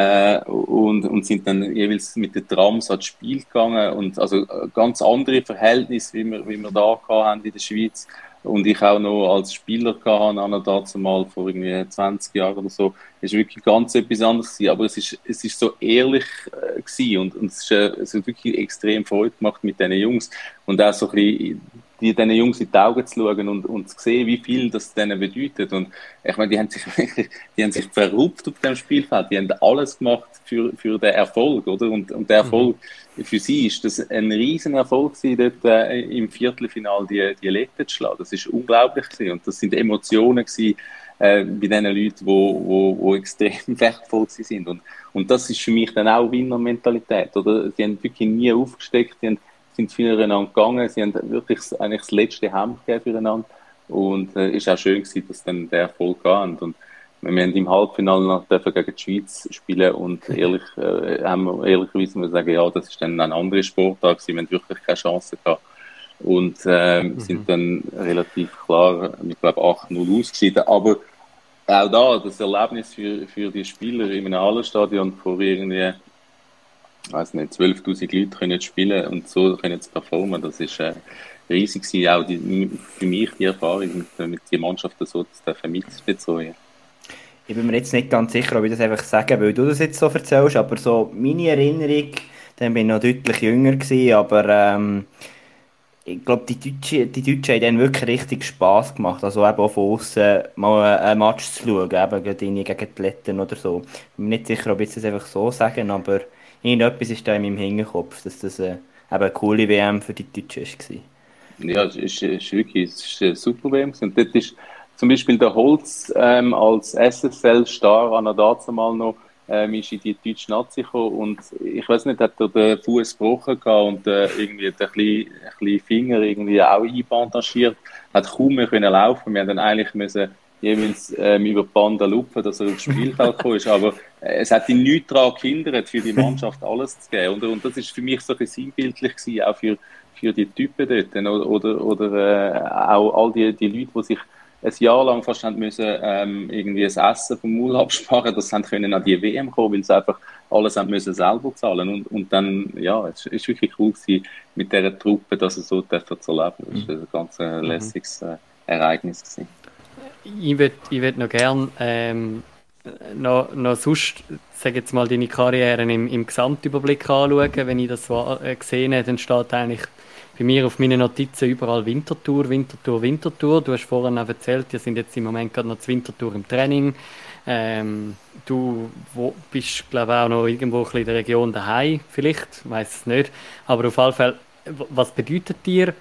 und sind dann jeweils mit den Trams ans Spiel gegangen, und also ganz andere Verhältnisse, wie wir da haben in der Schweiz, und ich auch noch als Spieler hatte, dazu mal vor irgendwie 20 Jahren oder so. Es war wirklich ganz etwas anderes gewesen, aber es ist so ehrlich gewesen, und es hat wirklich extrem Freude gemacht mit diesen Jungs, und auch so ein bisschen diesen Jungs in die Augen zu schauen und zu sehen, wie viel das denen bedeutet. Und ich meine, die haben sich verrückt auf dem Spielfeld, die haben alles gemacht für den Erfolg, oder? Und der Erfolg für sie ist das ein riesen Erfolg gewesen, dort im Viertelfinale die Letten zu schlagen. Das ist unglaublich gewesen, und das sind Emotionen gewesen, bei den Leuten, die extrem wertvoll sind. Und das ist für mich dann auch Winner-Mentalität, oder? Die haben wirklich nie aufgesteckt, sind füreinander gegangen, sie haben wirklich eigentlich das letzte Hemd gegeben füreinander, und ist auch schön gewesen, dass dann der Erfolg gab. Und wir haben im Halbfinale noch gegen die Schweiz spielen, und haben wir ehrlicherweise sagen, ja, das ist dann ein anderer Sporttag, sie haben wirklich keine Chance gehabt. Und sind dann relativ klar, ich glaube 8-0 ausgeschieden. Aber auch da, das Erlebnis für die Spieler in einem Hallenstadion vor irgendwie, ich weiss nicht, 12'000 Leute können spielen und so können zu performen, das ist riesig gewesen, auch für mich die Erfahrung mit der Mannschaft so zu betreuen. Ich bin mir jetzt nicht ganz sicher, ob ich das einfach sage, weil du das jetzt so erzählst, aber so meine Erinnerung, dann bin ich noch deutlich jünger gewesen, aber ich glaube, die Deutschen haben dann wirklich richtig Spass gemacht, also eben auch von außen mal ein Match zu schauen, eben gegen die Letten oder so. Ich bin mir nicht sicher, ob ich das einfach so sagen, aber irgendetwas ist da in meinem Hinterkopf, dass das eben eine coole WM für die Deutschen war. Ja, es ist wirklich es ist eine super WM gewesen. Und dort ist zum Beispiel der Holz als SSL-Star an der dazumal noch ist in die deutsche Nazi gekommen und ich weiß nicht, hat er den Fuß gebrochen gehabt und irgendwie ein bisschen Finger irgendwie auch einbandagiert, hat kaum mehr können laufen. Wir haben dann eigentlich müssen jeweils über die Bande lupfen, dass er aufs Spielfeld gekommen ist, aber es hat ihn nichts daran gehindert, für die Mannschaft alles zu geben. Und das ist für mich so ein bisschen sinnbildlich gewesen, auch für die Typen dort oder auch all die Leute, die sich ein Jahr lang fast haben müssen, irgendwie das Essen vom Maul absparen, dass sie haben können an die WM kommen, weil sie einfach alles haben müssen selber zahlen und dann, ja, es ist wirklich cool gewesen, mit dieser Truppe, dass es so zu erleben. Das war ein ganz lässiges Ereignis gewesen. Ich würd noch gerne noch sonst, sag jetzt mal, deine Karriere im Gesamtüberblick anschauen. Wenn ich das so gesehen habe, dann steht eigentlich bei mir auf meinen Notizen überall Winterthur. Du hast vorhin auch erzählt, wir sind jetzt im Moment gerade noch zu Winterthur im Training. Du bist, glaube ich, auch noch irgendwo ein bisschen in der Region daheim, vielleicht, ich weiss es nicht. Aber auf jeden Fall, was bedeutet dir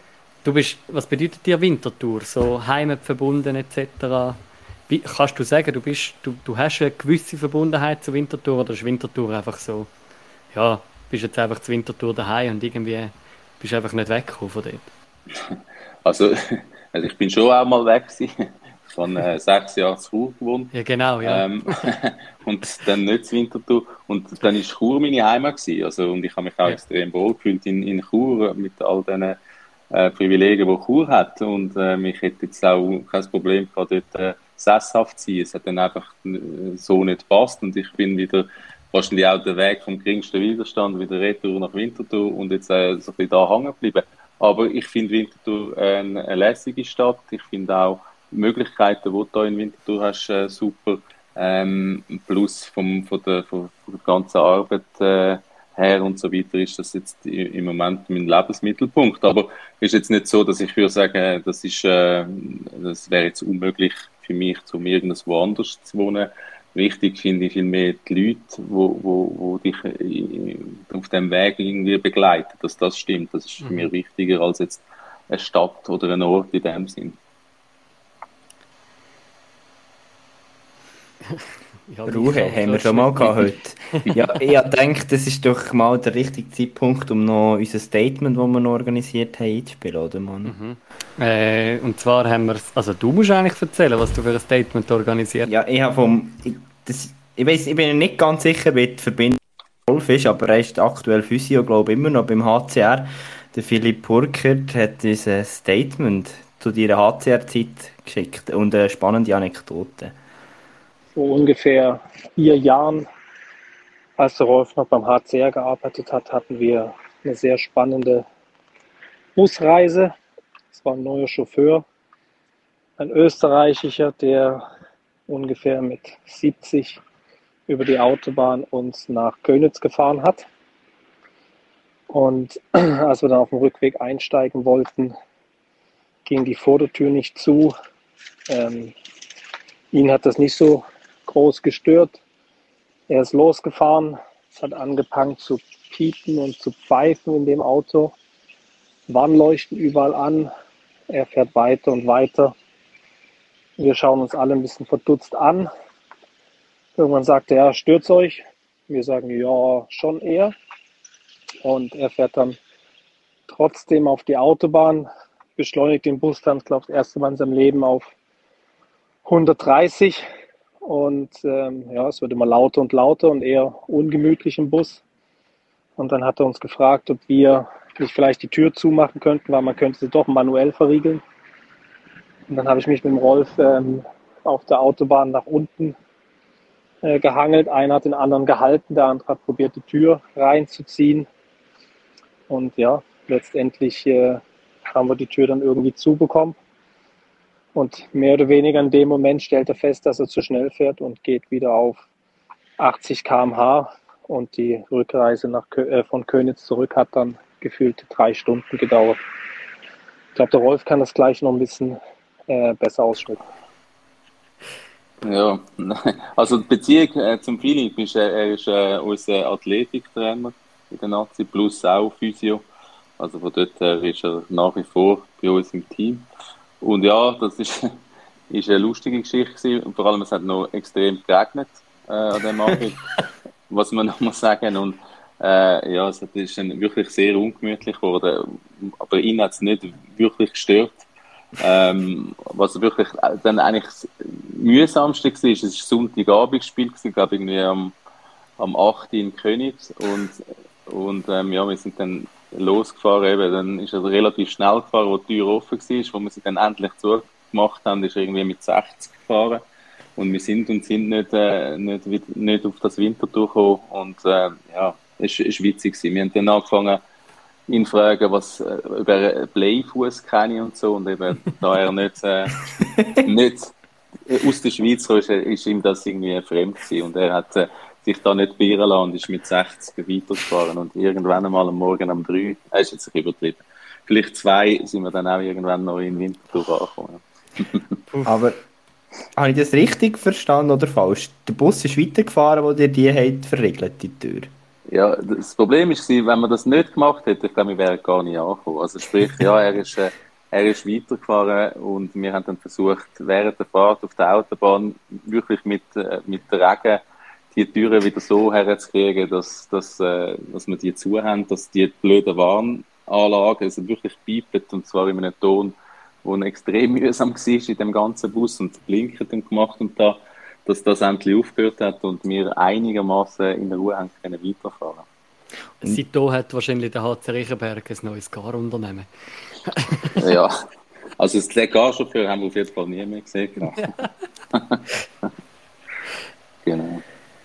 Winterthur? So heimatverbunden etc.? Kannst du sagen, du hast eine gewisse Verbundenheit zu Winterthur oder ist Winterthur einfach so, ja, bist jetzt einfach zu Winterthur daheim und irgendwie bist einfach nicht weggekommen von dort? Also ich bin schon auch mal weg gewesen. Ich habe 6 Jahre zu Chur gewohnt. Ja, genau, ja. Und dann nicht zu Winterthur. Und dann war Chur meine Heimat gewesen. Also, und ich habe mich auch extrem wohl gefühlt in Chur mit all diesen Privilegien, die Chur hat. Und ich hätte jetzt auch kein Problem gehabt, dort sesshaft zu sein. Es hat dann einfach so nicht gepasst. Und ich bin wieder wahrscheinlich auch der Weg vom geringsten Widerstand wieder retour nach Winterthur und jetzt so ein bisschen da hängen geblieben. Aber ich finde Winterthur eine lässige Stadt. Ich finde auch die Möglichkeiten, die du hier in Winterthur hast, super. Plus von der ganzen Arbeit her und so weiter ist das jetzt im Moment mein Lebensmittelpunkt. Aber es ist jetzt nicht so, dass ich würde sagen, das wäre jetzt unmöglich für mich, um irgendwo anders zu wohnen. Wichtig finde ich vielmehr die Leute, wo dich auf dem Weg irgendwie begleiten, dass das stimmt. Das ist für mich wichtiger als jetzt eine Stadt oder ein Ort in dem Sinn. Ja, Ruhe haben wir schon mal gehabt heute. Ja, ich denke, das ist doch mal der richtige Zeitpunkt, um noch unser Statement, das wir noch organisiert haben, einzuspielen, oder Mann? Und zwar haben wir also du musst eigentlich erzählen, was du für ein Statement organisiert hast. Ja, ich weiss, ich bin nicht ganz sicher, wie die Verbindung Wolf ist, aber er ist aktuell Physio, glaube ich, immer noch beim HCR. Der Philipp Burkert hat uns ein Statement zu deiner HCR-Zeit geschickt und eine spannende Anekdote. Vor ungefähr 4 Jahren, als der Rolf noch beim HCR gearbeitet hat, hatten wir eine sehr spannende Busreise. Es war ein neuer Chauffeur, ein österreichischer, der ungefähr mit 70 über die Autobahn uns nach Könitz gefahren hat. Und als wir dann auf dem Rückweg einsteigen wollten, ging die Vordertür nicht zu. Ihn hat das nicht so groß gestört. Er ist losgefahren, es hat angefangen zu piepen und zu pfeifen in dem Auto. Warnleuchten überall an. Er fährt weiter und weiter. Wir schauen uns alle ein bisschen verdutzt an. Irgendwann sagt er, stört's euch? Wir sagen, ja, schon eher. Und er fährt dann trotzdem auf die Autobahn, beschleunigt den Bus dann, glaube ich, das erste Mal in seinem Leben auf 130. Und es wird immer lauter und lauter und eher ungemütlich im Bus. Und dann hat er uns gefragt, ob wir nicht vielleicht die Tür zumachen könnten, weil man könnte sie doch manuell verriegeln. Und dann habe ich mich mit dem Rolf auf der Autobahn nach unten gehangelt. Einer hat den anderen gehalten, der andere hat probiert, die Tür reinzuziehen. Und ja, letztendlich haben wir die Tür dann irgendwie zubekommen. Und mehr oder weniger in dem Moment stellt er fest, dass er zu schnell fährt und geht wieder auf 80 km/h. Und die Rückreise von Könitz zurück hat dann gefühlt 3 Stunden gedauert. Ich glaube, der Rolf kann das gleich noch ein bisschen besser ausschmücken. Ja, also die Beziehung zum Philipp ist, er ist unser Athletiktrainer in der Nazi, plus auch Physio. Also von dort her ist er nach wie vor bei uns im Team. Und ja, das ist eine lustige Geschichte gewesen. Und vor allem, es hat noch extrem geregnet an dem Abend, was man noch mal sagen. Und ja, es ist dann wirklich sehr ungemütlich geworden. Aber ihn hat es nicht wirklich gestört. Was wirklich dann eigentlich das mühsamste war, es war ein Sonntagabendspiel, ich glaube irgendwie am 8. in Königs. Und ja, wir sind dann losgefahren, eben. Dann ist er relativ schnell gefahren, wo die Tür offen war. Wo wir sie dann endlich zugemacht haben, ist er irgendwie mit 60 gefahren. Und wir sind nicht auf das Winterthur gekommen. Und ja, es war witzig gewesen. Wir haben dann angefangen, ihn fragen, ob er einen Bleifuß kenne und so. Und eben, da er nicht aus der Schweiz kam, ist ihm das irgendwie fremd gewesen. Und er hat sich da nicht beirren lassen und ist mit 60 weitergefahren. Und irgendwann einmal am Morgen um 3, er ist jetzt ein bisschen übertrieben, vielleicht 2 sind wir dann auch irgendwann noch in Winterthur angekommen. Aber habe ich das richtig verstanden oder falsch? Der Bus ist weitergefahren, wo ihr die habt verriegelt, die Tür? Ja, das Problem war, wenn man das nicht gemacht hätte, ich glaube, wir wären gar nicht angekommen. Also sprich, ja, er ist weitergefahren und wir haben dann versucht, während der Fahrt auf der Autobahn wirklich mit der Regen die Türen wieder so herzukriegen, dass wir die zu haben, dass die blöden Warnanlagen also wirklich piepen, und zwar in einem Ton, der extrem mühsam war in dem ganzen Bus und blinken und gemacht und da, dass das endlich aufgehört hat und wir einigermaßen in der Ruhe haben können weiterfahren. Seitdem hat wahrscheinlich der HC Riechenberg ein neues Gar-Unternehmen. Ja, also das Gar-Chauffeur haben wir auf jeden Fall nie mehr gesehen. Genau. Genau.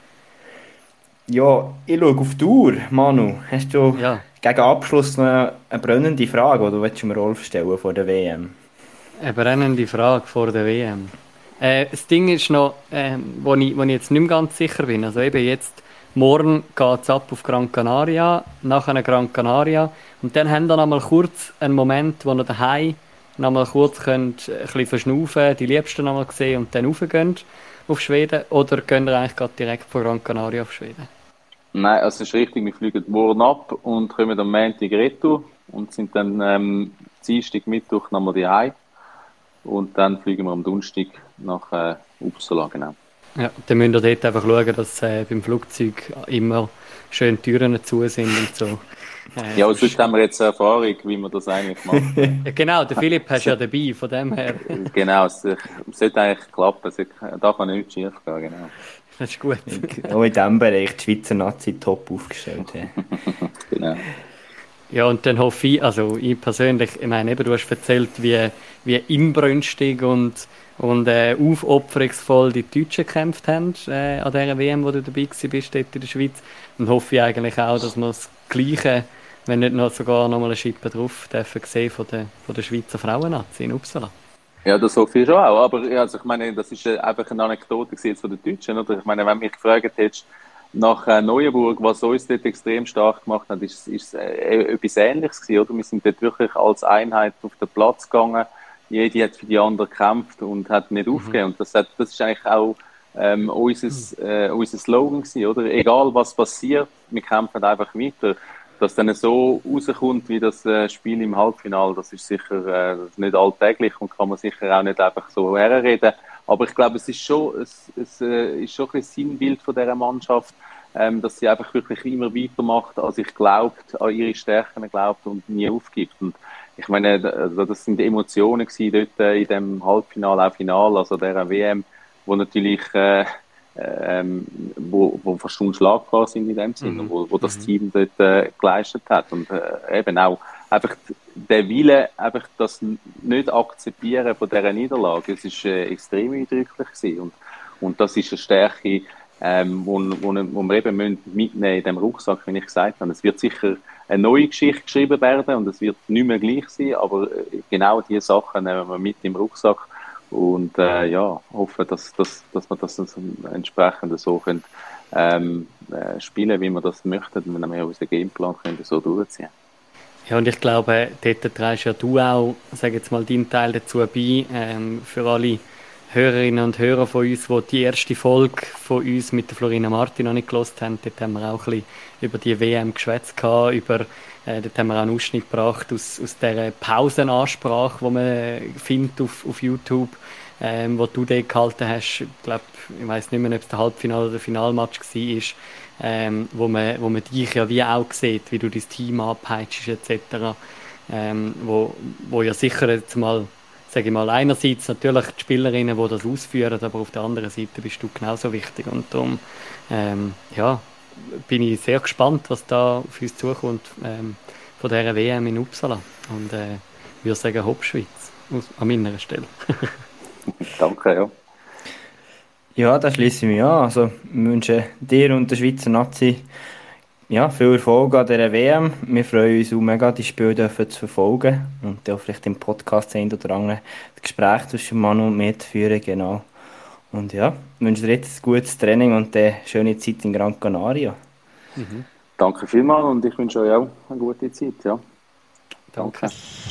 Ja, ich schaue auf die Uhr. Manu, hast du gegen Abschluss noch eine brennende Frage, die du mir Rolf stellen vor der WM? Eine brennende Frage vor der WM. Das Ding ist noch, wo ich jetzt nicht mehr ganz sicher bin. Also eben jetzt, morgen geht es ab auf Gran Canaria, nachher Gran Canaria. Und dann haben wir noch mal kurz einen Moment, wo wir daheim noch mal kurz könnt, ein bisschen verschnaufen, die Liebsten noch mal sehen und dann raufgehen auf Schweden. Oder gehen wir eigentlich gerade direkt von Gran Canaria auf Schweden? Nein, also es ist richtig, wir fliegen morgen ab und kommen am Montag retour und sind dann Dienstag, Mittwoch nochmal daheim. Und dann fliegen wir am Donnerstag nach Uppsala, genau. Ja, dann müsst ihr dort einfach schauen, dass beim Flugzeug immer schön Türen zu sind und so. Ja, und sonst haben wir jetzt Erfahrung, wie man das eigentlich macht. Ja, genau, der Philipp hast du ja dabei, von dem her. Genau, es sollte eigentlich klappen, da kann nichts schief gehen, genau. Das ist gut. Auch in diesem Bereich die Schweizer Nazi top aufgestellt. Genau. Ja, und dann hoffe ich, also ich persönlich, ich meine, eben, du hast erzählt, wie inbrünstig und aufopferungsvoll die Deutschen gekämpft haben an dieser WM, wo du dabei bist, dort in der Schweiz. Und hoffe ich eigentlich auch, dass wir das Gleiche, wenn nicht noch sogar noch mal eine Schippe drauf dürfen sehen von der Schweizer Frauennazi in Uppsala. Ja, das hoffe ich schon auch. Aber ja, also ich meine, das ist einfach eine Anekdote von den Deutschen. Oder? Ich meine, wenn du mich gefragt hättest, nach Neuenburg, was uns dort extrem stark gemacht hat, ist etwas Ähnliches gewesen, oder? Wir sind dort wirklich als Einheit auf den Platz gegangen. Jede hat für die andere gekämpft und hat nicht aufgegeben. Und das ist eigentlich auch unser Slogan gewesen, oder? Egal was passiert, wir kämpfen einfach weiter. Dass dann so rauskommt wie das Spiel im Halbfinale, das ist sicher nicht alltäglich und kann man sicher auch nicht einfach so herreden. Aber ich glaube, es ist schon ein Sinnbild von dieser Mannschaft, dass sie einfach wirklich immer weitermacht, an sich glaubt, an ihre Stärken glaubt und nie aufgibt. Und ich meine, das sind Emotionen gewesen dort in dem Halbfinale, auch Finale, also der WM, wo natürlich wo fast unschlagbar sind in dem Sinne, wo das Team dort geleistet hat. Und eben auch einfach der Wille, einfach das nicht akzeptieren von dieser Niederlage, es ist extrem eindrücklich gewesen. Und das ist eine Stärke, wo wir eben mitnehmen in dem Rucksack, wie ich gesagt habe. Es wird sicher eine neue Geschichte geschrieben werden und es wird nicht mehr gleich sein, aber genau diese Sachen nehmen wir mit im Rucksack. Und ja, hoffe, dass wir das entsprechend so können, spielen, wie wir das möchten, wenn wir unseren Gameplan können so durchziehen. Ja, und ich glaube, dort trägst ja du auch, sag jetzt mal, deinen Teil dazu bei, für alle Hörerinnen und Hörer von uns, die die erste Folge von uns mit der Florina Marti noch nicht gehört haben. Dort haben wir auch ein bisschen über die WM geschwätzt, über Dort haben wir auch einen Ausschnitt gebracht aus dieser Pausenansprache, die man findet auf YouTube, wo du dort gehalten hast. Ich weiss nicht mehr, ob es der Halbfinal- oder der Finalmatch war, wo man dich ja wie auch sieht, wie du dein Team anpeitschst etc. Wo ja sicher jetzt mal, sage ich mal, einerseits natürlich die Spielerinnen, die das ausführen, aber auf der anderen Seite bist du genauso wichtig. Und darum bin ich sehr gespannt, was da auf uns zukommt von dieser WM in Uppsala. Und würde sagen, Hauptschweiz an meiner Stelle. Danke, ja. Ja, da schließe ich mich an. Also, wir wünschen dir und der Schweizer Nazi viel Erfolg an dieser WM. Wir freuen uns auch mega, die Spiele zu verfolgen und auch vielleicht im Podcast ein oder andere Gespräch zwischen Manu und mir zu führen. Genau. Und ja, ich wünsche dir jetzt ein gutes Training und eine schöne Zeit in Gran Canaria. Mhm. Danke vielmals und ich wünsche euch auch eine gute Zeit. Ja. Danke.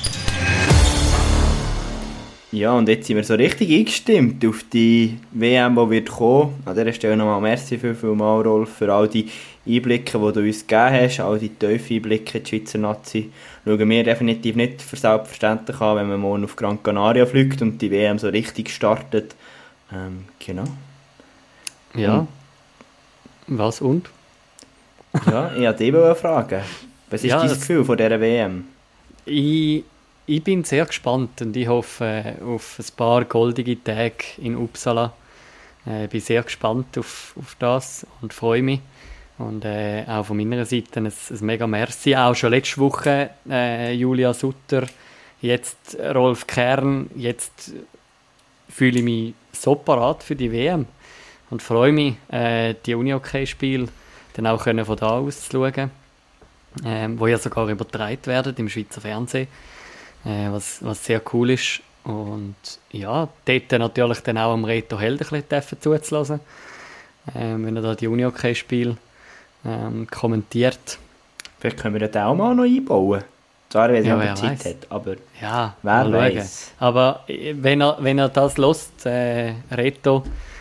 Ja, und jetzt sind wir so richtig eingestimmt auf die WM, die wird kommen. An dieser Stelle nochmal merci vielmals, Rolf, für all die Einblicke, die du uns gegeben hast, all die tiefen Einblicke in die Schweizer Nazi. Schauen wir definitiv nicht für selbstverständlich an, wenn man morgen auf Gran Canaria fliegt und die WM so richtig startet. Genau. Ja. Was und? Ja, ich wollte dich fragen. Was ist dein Gefühl von dieser WM? Ich bin sehr gespannt und ich hoffe auf ein paar goldige Tage in Uppsala. Ich bin sehr gespannt auf das und freue mich. Und auch von meiner Seite ein mega Merci. Auch schon letzte Woche Julia Sutter, jetzt Rolf Kern. Jetzt fühle ich mich so parat für die WM und freue mich, die Uni-Hockey-Spiele dann auch von da aus zu schauen, wo ja sogar übertragen werden im Schweizer Fernsehen. Was sehr cool ist. Und ja, dort natürlich dann auch am Reto Held ein bisschen zuzulassen, wenn er da die Uni-Hockey-Spiele kommentiert. Vielleicht können wir den auch mal noch einbauen. Zwar, wenn er wer Zeit weiss. hat, aber ja, wer weiß. Aber wenn er das hört, Reto,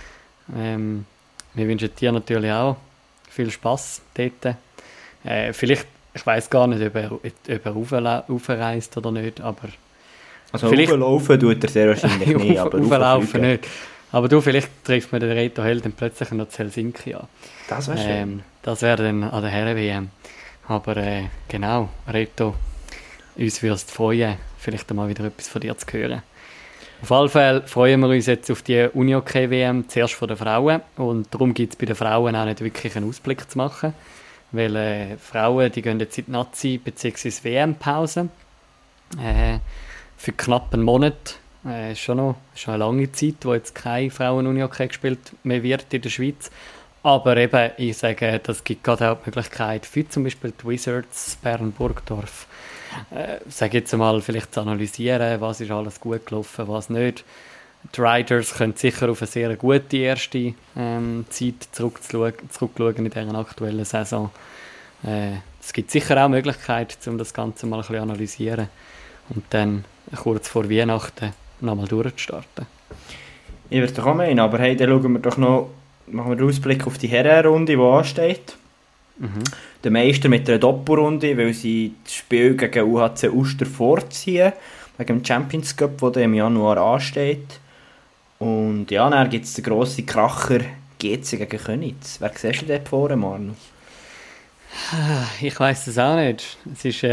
wir wünschen dir natürlich auch viel Spass dort. Vielleicht, ich weiss gar nicht, ob er raufreist oder nicht, aber also rauflaufen tut er sehr wahrscheinlich nicht, aber rauflaufen nicht. Aber vielleicht trifft man den Reto Held dann plötzlich noch zu Helsinki an. Das wäre schön. Das wäre dann an der Herren-WM. Aber genau, Reto, uns würde es freuen, vielleicht einmal wieder etwas von dir zu hören. Auf alle Fälle freuen wir uns jetzt auf die Uni-Hockey-WM, zuerst von den Frauen. Und darum gibt es bei den Frauen auch nicht wirklich einen Ausblick zu machen. Weil Frauen, die gehen jetzt in die Nazi- bzw. WM-Pause. Für knapp einen Monat. Ist schon eine lange Zeit, wo jetzt keine Frauen-Uni-Hockey gespielt mehr wird in der Schweiz. Aber eben, ich sage, das gibt gerade auch die Möglichkeit für zum Beispiel die Wizards Bern-Burgdorf, sage jetzt mal, vielleicht zu analysieren, was ist alles gut gelaufen, was nicht. Die Riders können sicher auf eine sehr gute erste Zeit zurückschauen in dieser aktuellen Saison. Es gibt sicher auch Möglichkeiten, um das Ganze mal ein bisschen analysieren und dann kurz vor Weihnachten nochmal durchzustarten. Ich würde doch auch meinen, aber hey, dann schauen wir doch noch, machen wir den Ausblick auf die Herrenrunde, die ansteht. Mhm. Der Meister mit einer Doppelrunde, weil sie das Spiel gegen UHC Uster vorziehen, wegen dem Champions Cup, der im Januar ansteht. Und ja, dann gibt es den grossen Kracher GC gegen Königs. Wer siehst du dort vorne, Manu? Ich weiss es auch nicht. Es ist,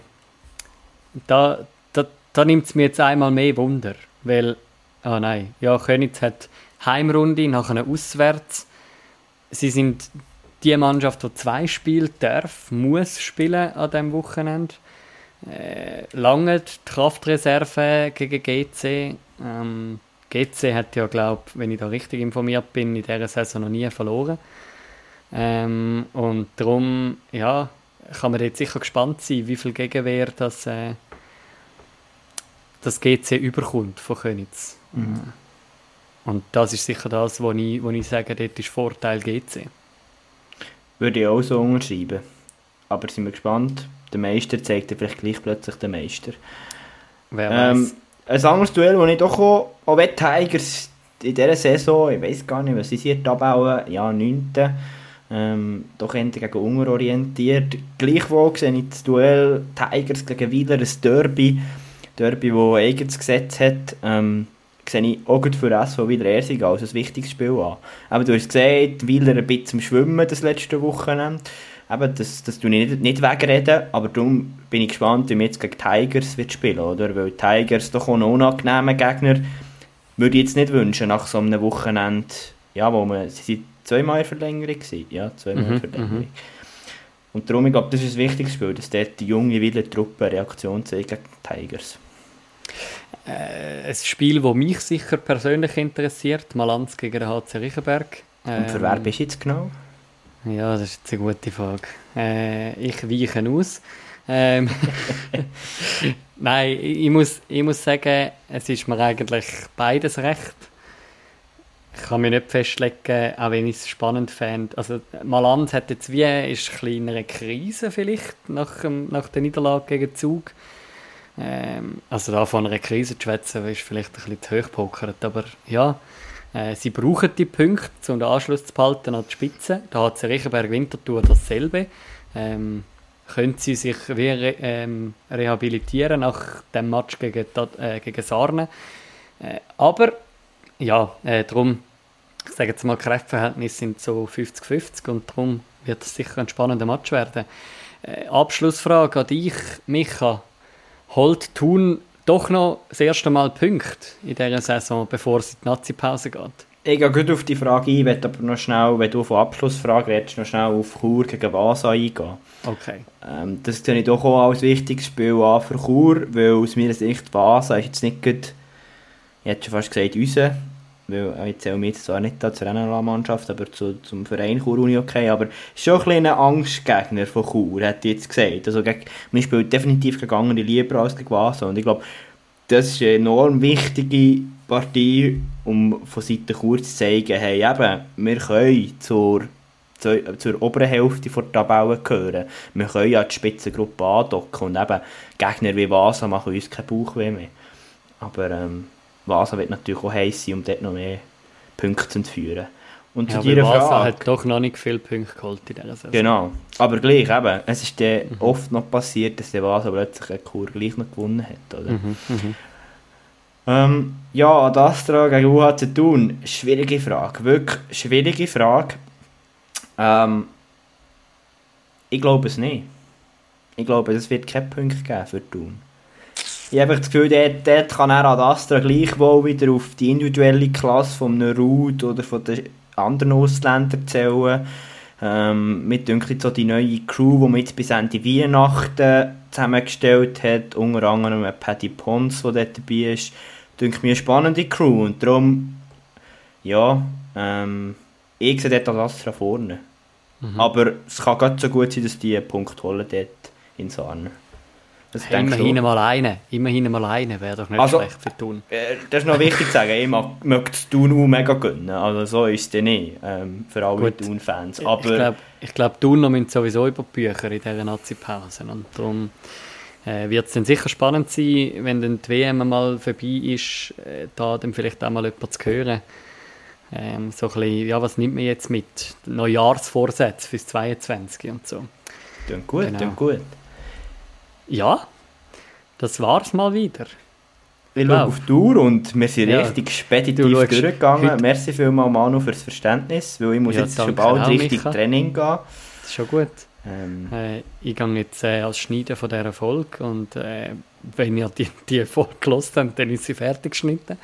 da nimmt es mir jetzt einmal mehr Wunder, weil, Königs hat Heimrunde, nachher auswärts. Sie sind die Mannschaft, die 2 Spiele muss spielen an diesem Wochenende. Lange die Kraftreserve gegen GC. GC hat ja, glaube ich, wenn ich da richtig informiert bin, in dieser Saison noch nie verloren. Und darum, ja, kann man jetzt sicher gespannt sein, wie viel Gegenwehr das GC überkommt von Königs. Mhm. Und das ist sicher das, wo ich sage, dort ist Vorteil GC. Würde ich auch so unterschreiben. Aber sind wir gespannt. Der Meister zeigt ja vielleicht gleich plötzlich den Meister. Wer weiß. Ein anderes Duell, das ich doch auch Tigers in dieser Saison, ich weiß gar nicht, was sie hier abbauen, ja, 9. doch eher gegen Ungarn orientiert. Gleichwohl sehe ich das Duell Tigers gegen Weiler, ein Derby, das ein eigenes Gesetz hat, sehe ich auch gut für SV Weiler Ersingen als ein wichtiges Spiel an. Aber du hast gesehen, Weiler ein bisschen am Schwimmen das letzte Wochenende. Eben, das tue ich nicht wegreden, aber darum bin ich gespannt, wie man jetzt gegen Tigers wird spielen, oder? Weil Tigers doch auch ein unangenehmer Gegner, würde ich jetzt nicht wünschen, nach so einem Wochenende, ja, sie sind zweimal in Verlängerung gewesen. Ja, zweimal in Verlängerung. Und darum, ich glaube, das ist ein wichtiges Spiel, dass dort die junge Weiler-Truppe eine Reaktion zeigt gegen Tigers. Ein Spiel, das mich sicher persönlich interessiert, Malanz gegen den HC Riechenberg. Und für wer bist du jetzt genau? Ja, das ist jetzt eine gute Frage. Ich weiche aus. Nein, ich muss sagen, es ist mir eigentlich beides recht. Ich kann mich nicht festlegen, auch wenn ich es spannend fände. Also Malanz hat jetzt ist eine kleinere Krise vielleicht nach der Niederlage gegen Zug. Also da von einer Krise zu schwätzen, ist vielleicht ein bisschen zu hoch gepokert, aber ja, sie brauchen die Punkte, um den Anschluss zu behalten an die Spitze. Da hat Riechenberg Winterthur dasselbe. Können sie sich rehabilitieren nach dem Match gegen Sarne. Aber ja, darum, ich sage jetzt mal, Kräftverhältnisse sind so 50-50 und darum wird es sicher ein spannender Match werden. Abschlussfrage an dich, Micha. Holt Thun doch noch das erste Mal Punkte in dieser Saison, bevor es in die Nazi-Pause geht? Ich gehe gut auf die Frage ein, werde aber noch schnell, wenn du von Abschlussfrage redest, noch schnell auf Chur gegen Vasa eingehen. Okay. Das sehe ich doch auch als wichtiges Spiel an für Chur, weil aus meiner Sicht Vasa ist jetzt nicht gut, ich hätte schon fast gesagt, unser, weil ich zähle mich jetzt zwar nicht zur Rennenmannschaft, aber zum Verein Chur Uni okay, aber schon ein kleiner Angstgegner von Chur, hätte ich jetzt gesagt. Also man spielt definitiv gegen andere lieber als gegen Vasa und ich glaube, das ist eine enorm wichtige Partie, um von Seiten Chur zu zeigen, hey, eben, wir können zur oberen Hälfte der Tabelle gehören. Wir können ja die Spitzengruppe andocken und eben Gegner wie Vasa machen uns keinen Bauchweh mehr. Aber Vasa wird natürlich auch heiß sein, um dort noch mehr Punkte zu führen. Und ja, zu deiner Vasa Frage, hat doch noch nicht viele Punkte geholt in dieser Saison. Genau, aber gleich eben, es ist dann oft noch passiert, dass der Vasa plötzlich eine Kur gleich noch gewonnen hat, oder? Ja, Ad Astra gegen UHC Thun, schwierige Frage, wirklich schwierige Frage. Ich glaube es nicht. Ich glaube, es wird keine Punkte geben für Thun. Ich habe das Gefühl, dort kann er Ad Astra gleichwohl wieder auf die individuelle Klasse von einem Ruud oder von den anderen Ausländern zählen. Mit so die neue Crew, die man jetzt bis Ende Weihnachten zusammengestellt hat, unter anderem Paddy Pons, der dort dabei ist, denke ich mir eine spannende Crew und darum, ja, ich sehe dort Ad Astra vorne. Aber es kann gerade so gut sein, dass die einen Punkt holen dort in Sarne. Immerhin mal eine, wäre doch nicht schlecht für Thun. Das ist noch wichtig zu sagen, ich mag das Thun auch mega gönnen, also so ist es dann nicht, für alle Thun-Fans. Ich glaube, Thun müssen sowieso über die Bücher in dieser Nazi-Pause und darum wird es dann sicher spannend sein, wenn dann die WM mal vorbei ist, da dann vielleicht auch mal jemand zu hören. So ein bisschen, ja, was nimmt man jetzt mit? Neujahrsvorsätze fürs 22 und so. Klingt gut, klingt gut. Ja, das war's mal wieder. Ich schaue auf die Uhr und wir sind richtig speditiv durchgegangen. Merci vielmals, Manu, für das Verständnis, weil ich muss jetzt schon bald richtig Training gehen. Das ist schon gut. Ich gehe jetzt als Schneider von dieser Folge und wenn ihr die Folge gehört habt, dann ist sie fertig geschnitten.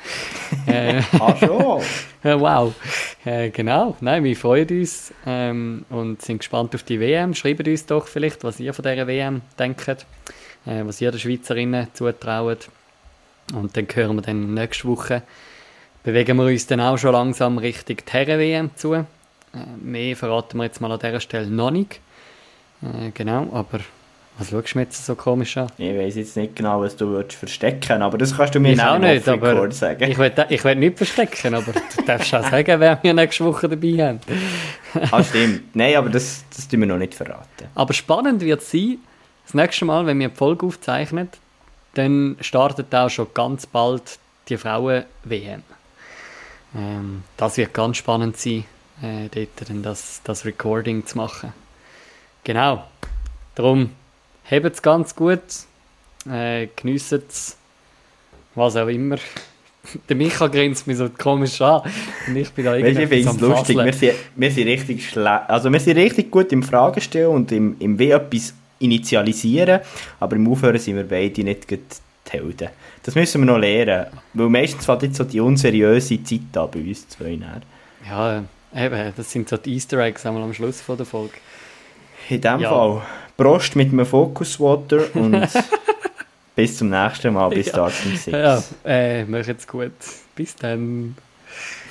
Schon? Wow. Genau. Nein, wir freuen uns und sind gespannt auf die WM. Schreibt uns doch vielleicht, was ihr von dieser WM denkt, was ihr den Schweizerinnen zutraut. Und dann hören wir dann nächste Woche. Bewegen wir uns dann auch schon langsam Richtung die Herren-WM zu. Mehr verraten wir jetzt mal an dieser Stelle noch nicht. Genau, aber was schaust du mir jetzt so komisch an? Ich weiss jetzt nicht genau, was du verstecken willst, aber das kannst du mir auch nicht sagen. Ich will nicht verstecken, aber du darfst auch sagen, wer wir nächste Woche dabei haben. Stimmt. Nein, aber das tun wir noch nicht verraten. Aber spannend wird es sein, das nächste Mal, wenn wir die Folge aufzeichnen, dann startet auch schon ganz bald die Frauen-WM. Das wird ganz spannend sein. dort dann das Recording zu machen. Genau. Darum, habt es ganz gut, geniessen es, was auch immer. Der Micha grinst mich so komisch an und ich bin da irgendwie ich finde es lustig, wir sind richtig also wir sind richtig gut im Fragen stellen und im wie etwas initialisieren, aber im Aufhören sind wir beide nicht gut die Helden. Das müssen wir noch lernen, weil meistens fängt jetzt so die unseriöse Zeit an bei uns zwei. Ja, eben, das sind so die Easter Eggs einmal am Schluss von der Folge. In dem Fall, Prost mit einem Focus Water und bis zum nächsten Mal, bis Starting 6. Ja, macht's gut. Bis dann.